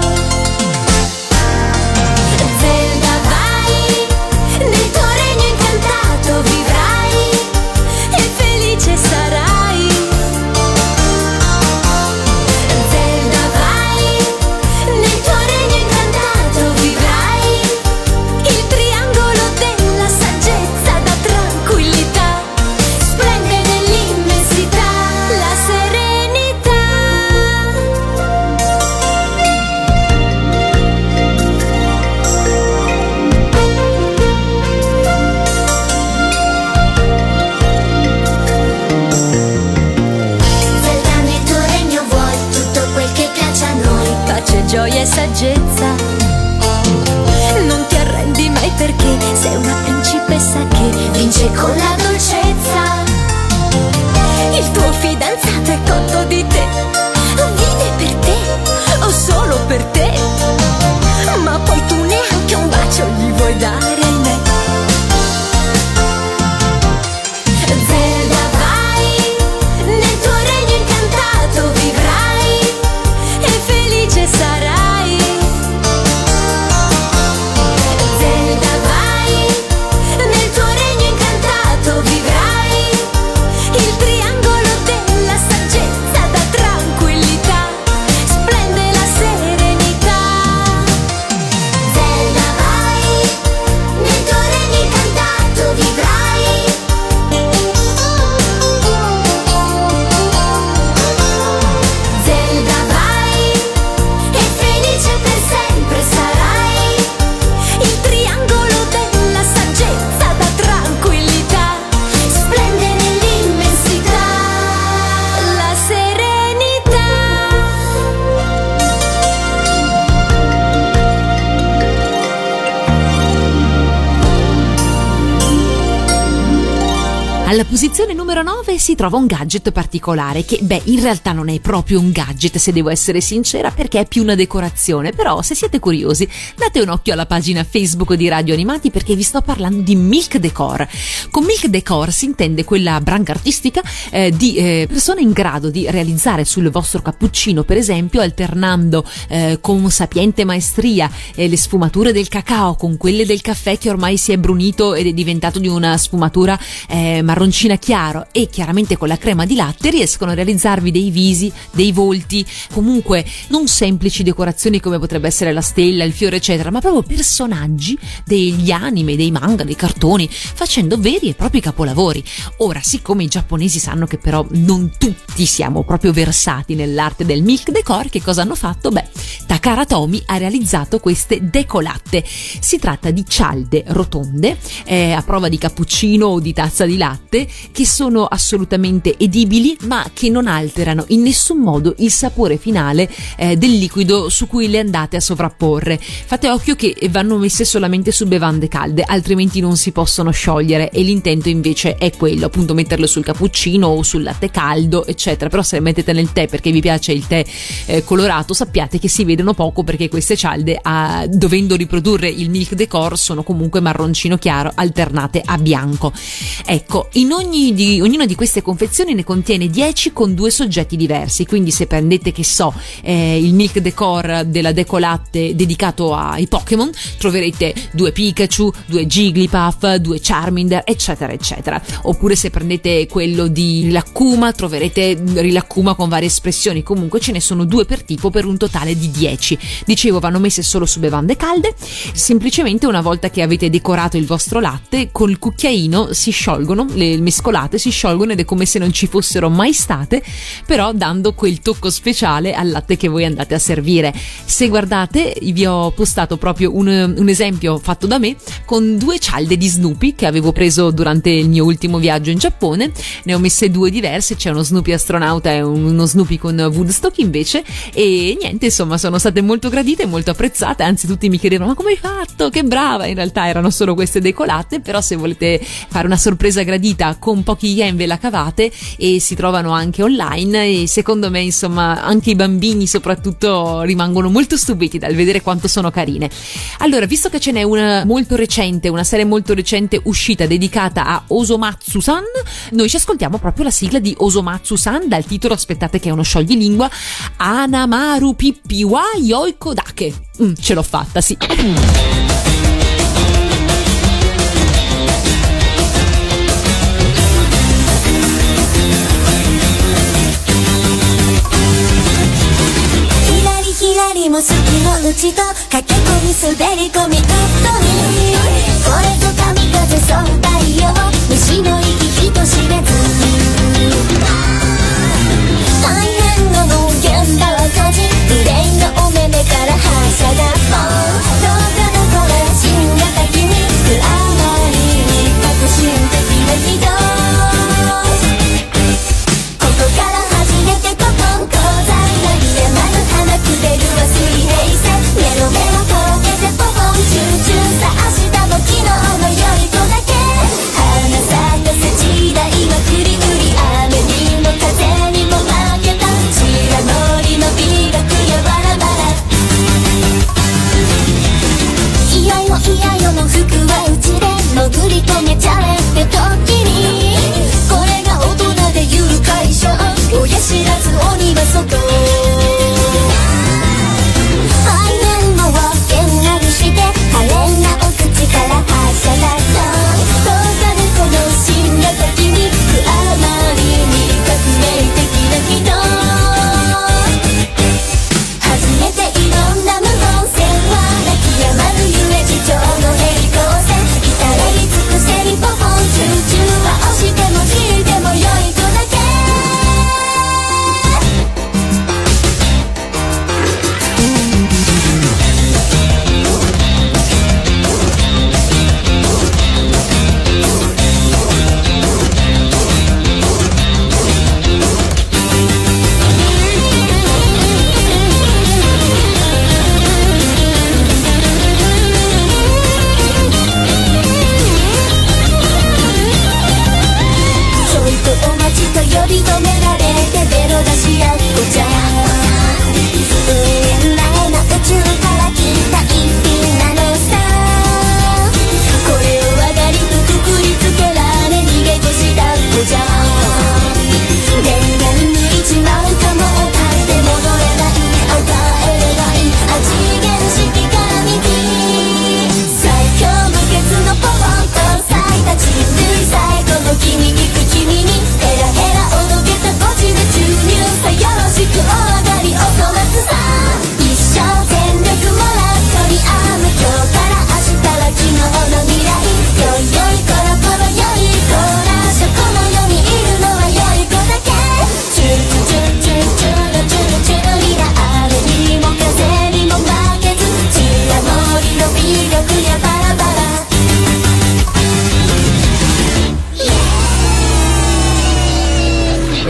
Nel tuo regno incantato vivrai e felice sarai. Zelda vai, nel tuo regno incantato vivrai il triangolo della saggezza da tranquillità, splende nell'immensità la serenità. Gioia e saggezza, non ti arrendi mai perché sei una principessa che vince con la dolcezza. Il tuo fidanzato è cotto di te, vive per te o solo per te, ma poi tu neanche un bacio gli vuoi dare, ahimè. Zelda vai, nel tuo regno incantato vivrai e felice sarai. Alla posizione numero nove si trova un gadget particolare che, beh, in realtà non è proprio un gadget, se devo essere sincera, perché è più una decorazione. Però se siete curiosi date un occhio alla pagina Facebook di Radio Animati, perché vi sto parlando di Milk Decor. Con Milk Decor si intende quella branca artistica eh, di eh, persone in grado di realizzare sul vostro cappuccino, per esempio, alternando eh, con sapiente maestria eh, le sfumature del cacao con quelle del caffè che ormai si è brunito ed è diventato di una sfumatura eh, marroncina chiaro, e chiaramente con la crema di latte riescono a realizzarvi dei visi, dei volti, comunque non semplici decorazioni come potrebbe essere la stella, il fiore eccetera, ma proprio personaggi degli anime, dei manga, dei cartoni, facendo veri e propri capolavori. Ora, siccome i giapponesi sanno che però non tutti siamo proprio versati nell'arte del Milk Decor, che cosa hanno fatto? Beh, Takara Tomy ha realizzato queste decolatte. Si tratta di cialde rotonde eh, a prova di cappuccino o di tazza di latte, che sono assolutamente edibili, ma che non alterano in nessun modo il sapore finale eh, del liquido su cui le andate a sovrapporre. Fate occhio che vanno messe solamente su bevande calde, altrimenti non si possono sciogliere, e l'intento invece è quello, appunto, metterle sul cappuccino o sul latte caldo eccetera. Però se le mettete nel tè perché vi piace il tè eh, colorato, sappiate che si vedono poco, perché queste cialde, ah, dovendo riprodurre il Milk Decor, sono comunque marroncino chiaro alternate a bianco. Ecco, in ogni di, ognuna di queste confezioni ne contiene dieci con due soggetti diversi, quindi se prendete, che so, eh, il Milk Decor della Decolatte dedicato ai Pokémon, troverete due Pikachu, due Jigglypuff, due Charmander eccetera eccetera. Oppure se prendete quello di Rilakkuma troverete Rilakkuma con varie espressioni. Comunque ce ne sono due per tipo, per un totale di dieci. Dicevo, vanno messe solo su bevande calde. Semplicemente una volta che avete decorato il vostro latte, col cucchiaino si sciolgono, le mescolate si sciolgono ed è come se non ci fossero mai state, però dando quel tocco speciale al latte che voi andate a servire. Se guardate, vi ho postato proprio un, un esempio fatto da me con due cialde di Snoopy che avevo preso durante il mio ultimo viaggio in Giappone. Ne ho messe due diverse, c'è uno Snoopy astronauta e uno Snoopy con Woodstock invece, e niente, insomma, sono state molto gradite e molto apprezzate. Anzi, tutti mi chiedevano: ma come hai fatto? Che brava! In realtà erano solo queste decolate, però se volete fare una sorpresa gradita con pochi yen ve la cavate, e si trovano anche online, e secondo me, insomma, anche i bambini soprattutto rimangono molto stupiti dal vedere quanto sono carine. Allora, visto che ce n'è una molto recente, una serie molto recente uscita dedicata a Osomatsu-san, noi ci ascoltiamo proprio la sigla di Osomatsu-san dal titolo, aspettate che è uno scioglilingua, Anamaru Pippi wa Yoiko Dake. Mm, ce l'ho fatta, sì. も好きのうちと駆け込み滑り込みうっとりこれぞ神風そう太陽虫の息人知れず大変なの現場は閉じ憂いのお目目から反射がもうどうかだから新型君くあまりに革新的な軌道ここから始めてコトン鉱山なり山の花くべるは水平線メロメロ溶けてポポンチューチューさ明日も昨日のよりとだけ花咲かせ時代はくりくり雨にも風にも負けた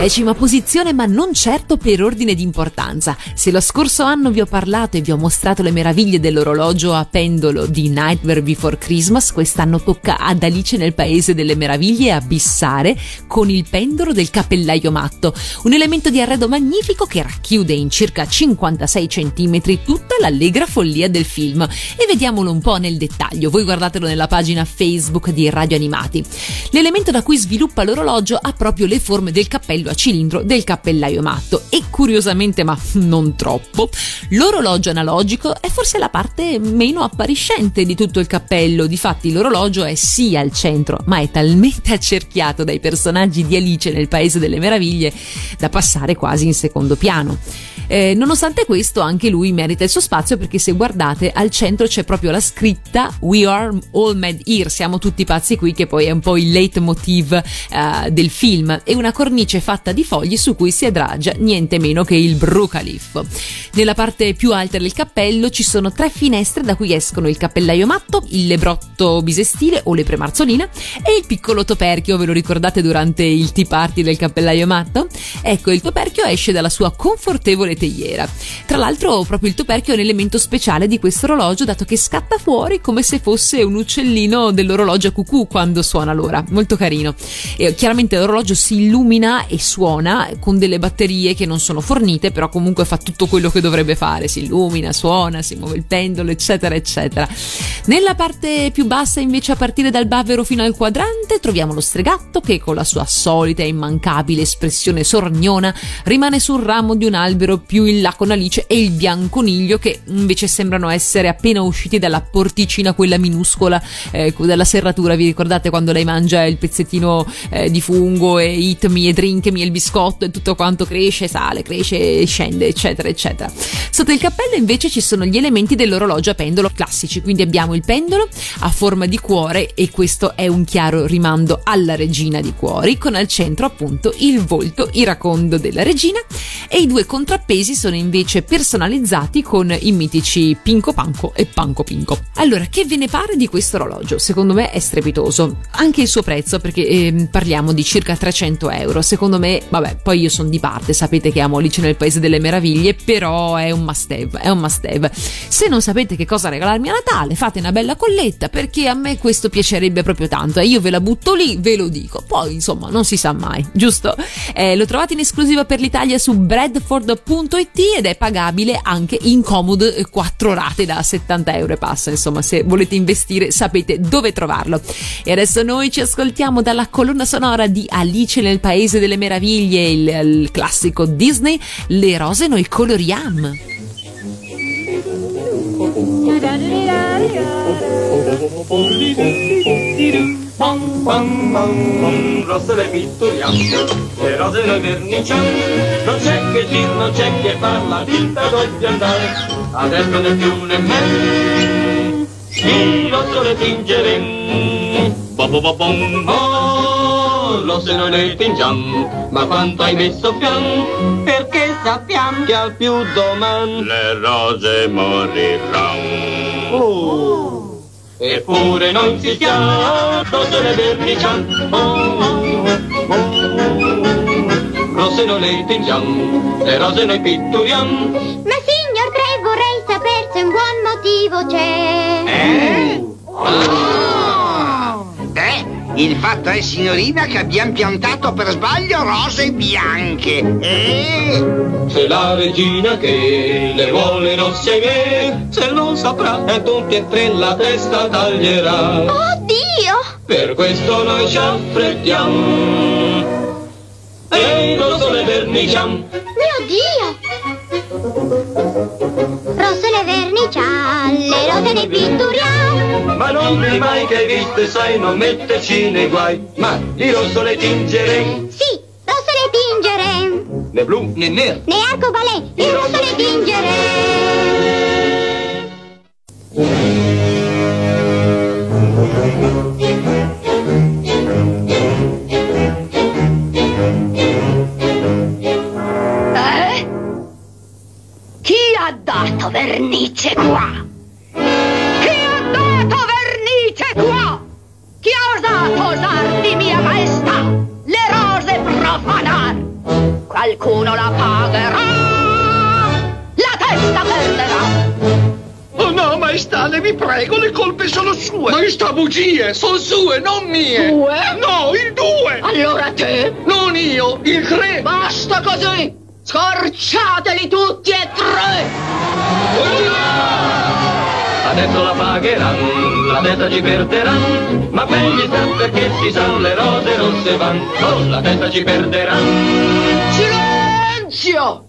Decima posizione, ma non certo per ordine di importanza. Se lo scorso anno vi ho parlato e vi ho mostrato le meraviglie dell'orologio a pendolo di Nightmare Before Christmas, quest'anno tocca ad Alice nel Paese delle Meraviglie abissare con il pendolo del cappellaio matto, un elemento di arredo magnifico che racchiude in circa cinquantasei centimetri tutta l'allegra follia del film. E vediamolo un po' nel dettaglio, voi guardatelo nella pagina Facebook di Radio Animati. L'elemento da cui sviluppa l'orologio ha proprio le forme del cappello a cilindro del cappellaio matto e curiosamente, ma non troppo, l'orologio analogico è forse la parte meno appariscente di tutto il cappello. Difatti l'orologio è sì al centro, ma è talmente accerchiato dai personaggi di Alice nel Paese delle Meraviglie da passare quasi in secondo piano. Eh, nonostante questo, anche lui merita il suo spazio, perché se guardate al centro c'è proprio la scritta We are all mad here, siamo tutti pazzi qui, che poi è un po' il leitmotiv eh, del film, e una cornice fatta di fogli su cui si adagia niente meno che il Brucalif. Nella parte più alta del cappello ci sono tre finestre da cui escono il cappellaio matto, il lebrotto bisestile o lepremarzolina e il piccolo toperchio. Ve lo ricordate durante il tea party del cappellaio matto? Ecco, il toperchio esce dalla sua confortevole teiera. Tra l'altro proprio il toperchio è un elemento speciale di questo orologio, dato che scatta fuori come se fosse un uccellino dell'orologio a cucù quando suona l'ora. Molto carino. E chiaramente l'orologio si illumina e suona con delle batterie che non sono fornite, però comunque fa tutto quello che dovrebbe fare, si illumina, suona, si muove il pendolo, eccetera eccetera. Nella parte più bassa invece, a partire dal bavero fino al quadrante, troviamo lo stregatto che con la sua solita e immancabile espressione sorniona rimane sul ramo di un albero più in là con Alice e il bianconiglio, che invece sembrano essere appena usciti dalla porticina quella minuscola eh, dalla serratura. Vi ricordate quando lei mangia il pezzettino eh, di fungo e eat me e drink me e il biscotto e tutto quanto cresce, sale, cresce e scende, eccetera eccetera. Sotto il cappello invece ci sono gli elementi dell'orologio a pendolo classici, quindi abbiamo il pendolo a forma di cuore, e questo è un chiaro rimando alla regina di cuori, con al centro appunto il volto iracondo della regina, e i due contrappesi sono invece personalizzati con i mitici Pinco Panco e Panco Pinco. Allora, che ve ne pare di questo orologio? Secondo me è strepitoso, anche il suo prezzo, perché eh, parliamo di circa trecento euro. Secondo me, vabbè, poi io sono di parte, sapete che amo Alice nel Paese delle Meraviglie, però è un must have, è un must have. Se non sapete che cosa regalarmi a Natale, fate una bella colletta, perché a me questo piacerebbe proprio tanto, e io ve la butto lì, ve lo dico, poi insomma non si sa mai, giusto? Eh, lo trovate in esclusiva per l'Italia su bradford punto it ed è pagabile anche in comode quattro rate da settanta euro e passa. Insomma, se volete investire sapete dove trovarlo. E adesso noi ci ascoltiamo dalla colonna sonora di Alice nel Paese delle Meraviglie, il, il classico Disney, Le rose noi coloriamo. Bam bam bam, rose le pitturiamo, le rose noi verniciamo, non c'è che dir, non c'è che far, la vita dovrebbe andare, adesso né più né meno, il rosso le tingeremo, bom bom bom bom, oh, rose noi le tingiamo, ma quanto hai messo fiam, perché sappiamo che al più domani le rose moriranno. Oh. Eppure non si schiava, rose le verniciamo, oh, oh, oh. Rose noi le tingiamo, le rose noi pitturiamo. Ma signor Tre, vorrei sapere se un buon motivo c'è. Eh? Oh! Beh, il fatto è, signorina, che abbiamo piantato per sbaglio rose bianche. Eh? Se la regina che le vuole rosse ai me, se non saprà, a tutti e tre la testa taglierà. Oddio! Per questo noi ci affrettiamo e il rosso le verniciamo. Mio Dio! Rose le verniciamo, le rose ne pitturiamo. Ma non di mai che hai visto, sai, non metterci nei guai, ma di rosso le tingeremo. Sì, rosso le tingeremo. Né blu né nero né arcobaleno, il rosso le tingeremo. Eh? Chi ha dato vernice qua? Chi ha dato vernice qua? Chi ha osato osar di mia maestà le rose profanar? qualcuno la pagherà. La testa perderà. Oh no, maestà, le vi prego, le colpe sono sue. Maestà, bugie, sono sue, non mie. Due? No, il due. Allora te? Non io, il tre. Basta così. Scorciateli tutti e tre. Adesso la pagheranno, la testa ci perderanno, ma quelli sa perché si sa le rose rosse van. Oh, la testa ci perderanno. Silenzio!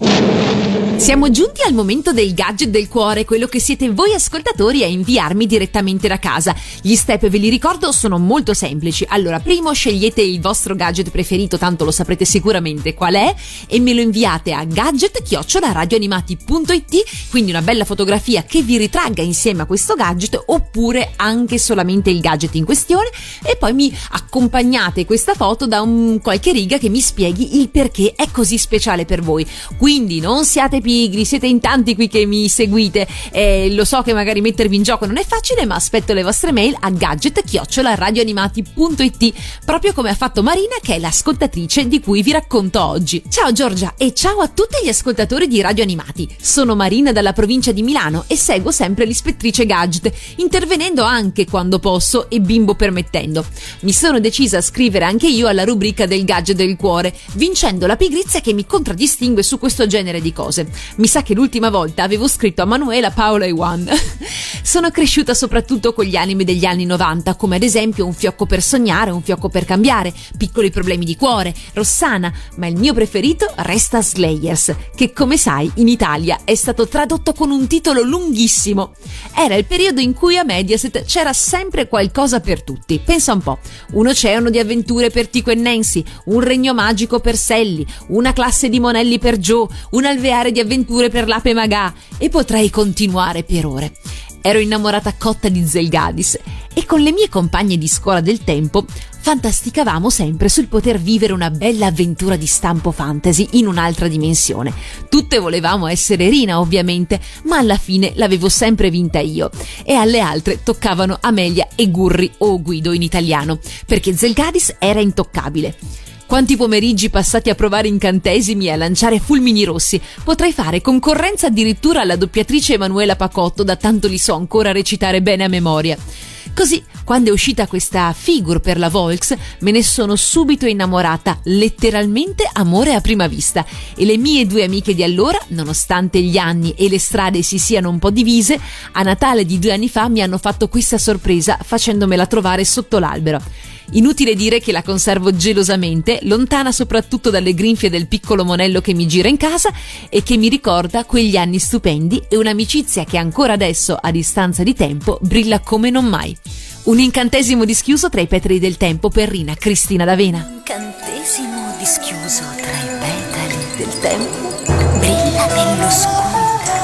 Siamo giunti al momento del gadget del cuore, quello che siete voi ascoltatori a inviarmi direttamente da casa. Gli step, ve li ricordo, sono molto semplici. Allora, primo scegliete il vostro gadget preferito, tanto lo saprete sicuramente qual è, e me lo inviate a gadget chiocciola radioanimati punto it, quindi una bella fotografia che vi ritragga insieme a questo gadget, oppure anche solamente il gadget in questione, e poi mi accompagnate questa foto da un qualche riga che mi spieghi il perché è così speciale per voi. Quindi non siate pigri, siete in tanti qui che mi seguite, eh, lo so che magari mettervi in gioco non è facile, ma aspetto le vostre mail a gadget chiocciola radioanimati punto it, proprio come ha fatto Marina, che è l'ascoltatrice di cui vi racconto oggi. Ciao Giorgia e ciao a tutti gli ascoltatori di Radio Animati. Sono Marina dalla provincia di Milano e seguo sempre l'ispettrice Gadget, intervenendo anche quando posso e bimbo permettendo. Mi sono decisa a scrivere anche io alla rubrica del gadget del cuore, vincendo la pigrizia che mi contraddistingue su questo genere di cose. Mi sa che l'ultima volta avevo scritto a Manuela, Paola e Juan. Sono cresciuta soprattutto con gli anime degli anni novanta, come ad esempio Un fiocco per sognare, Un fiocco per cambiare, Piccoli problemi di cuore, Rossana, ma il mio preferito resta Slayers, che come sai in Italia è stato tradotto con un titolo lunghissimo. Era il periodo in cui a Mediaset c'era sempre qualcosa per tutti. Pensa un po', un oceano di avventure per Tico e Nancy, un regno magico per Sally, una classe di monelli per Joe, un alveare di avventure per l'Ape Magà, e potrei continuare per ore. Ero innamorata cotta di Zelgadis e con le mie compagne di scuola del tempo fantasticavamo sempre sul poter vivere una bella avventura di stampo fantasy in un'altra dimensione. Tutte volevamo essere Rina, ovviamente, ma alla fine l'avevo sempre vinta io, e alle altre toccavano Amelia e Gurri, o Guido in italiano, perché Zelgadis era intoccabile. Quanti pomeriggi passati a provare incantesimi e a lanciare fulmini rossi. Potrei fare concorrenza addirittura alla doppiatrice Emanuela Pacotto, da tanto li so ancora recitare bene a memoria. Così, quando è uscita questa figure per la Volks, me ne sono subito innamorata, letteralmente amore a prima vista, e le mie due amiche di allora, nonostante gli anni e le strade si siano un po' divise, a Natale di due anni fa mi hanno fatto questa sorpresa facendomela trovare sotto l'albero. Inutile dire che la conservo gelosamente, lontana soprattutto dalle grinfie del piccolo monello che mi gira in casa e che mi ricorda quegli anni stupendi e un'amicizia che ancora adesso, a distanza di tempo, brilla come non mai. Un incantesimo dischiuso tra i petali del tempo per Rina Cristina D'Avena. Incantesimo dischiuso tra i petali del tempo, brilla nell'oscurità.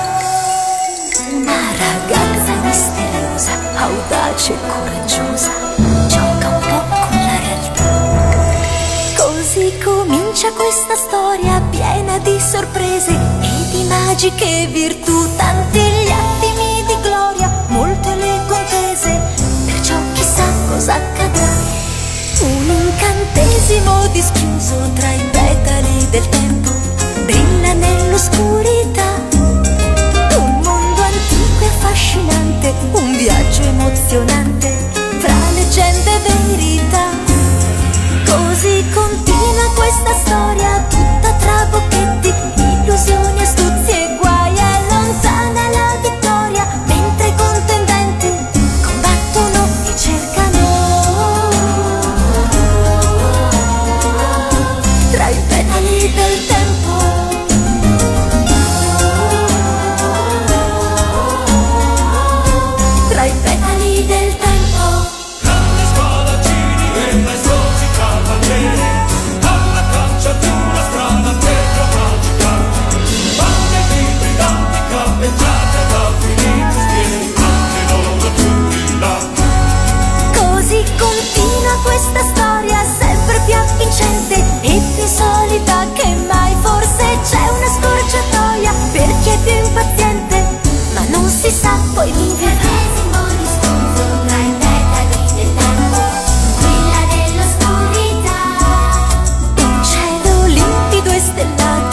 Una ragazza misteriosa, audace e coraggiosa, gioca un po' con la realtà. Così comincia questa storia piena di sorprese e di magiche virtù, tanti gli attimi di gloria, molte le contese, perciò chissà cosa accadrà. Un incantesimo dischiuso tra i petali del tempo, brilla nell'oscurità. Un mondo antico e affascinante, un viaggio emozionante fra leggende e verità. Così continua questa storia tutta tra bocchetti, illusioni, astuzie e guai. È lontana la vittoria mentre i contendenti combattono e cercano tra i petali del tempo. Tra i petali del tempo. Grandi spadaccini e maestosi cavalieri, alla caccia di una strana terra magica. Bande di briganti cappeggiate da finiti spiedi, anche loro giuri là. Così continua questa storia sempre più avvincente e più solida che mai. Forse c'è una scorciatoia per chi è più impaziente, ma non si sa, poi vivrà. Un cielo limpido e stellato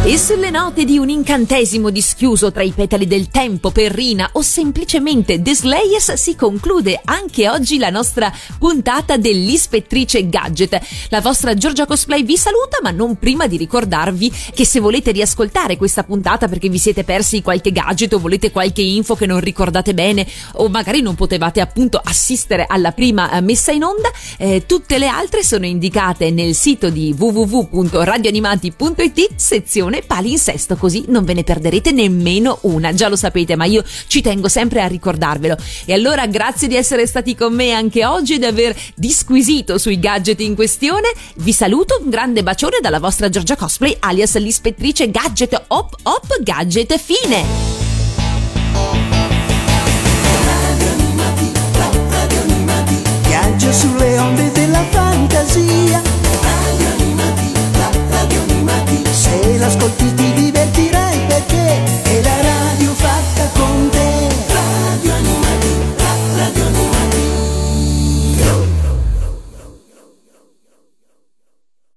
E sulle note di un incantesimo dischiuso tra i petali del tempo per Rina o semplicemente The Slayers si conclude anche oggi la nostra puntata dell'Ispettrice Gadget. La vostra Giorgia Cosplay vi saluta, ma non prima di ricordarvi che se volete riascoltare questa puntata perché vi siete persi qualche gadget o volete qualche info che non ricordate bene o magari non potevate appunto assistere alla prima messa in onda, eh, tutte le altre sono indicate nel sito di w w w punto radioanimati punto i t, sezione palinsesto, così non ve ne perderete nemmeno una. Già lo sapete, ma io ci tengo sempre a ricordarvelo. E allora grazie di essere stati con me anche oggi e di aver disquisito sui gadget in questione. Vi saluto, un grande bacione dalla vostra Giorgia Cosplay alias l'Ispettrice Gadget. Hop hop gadget, fine.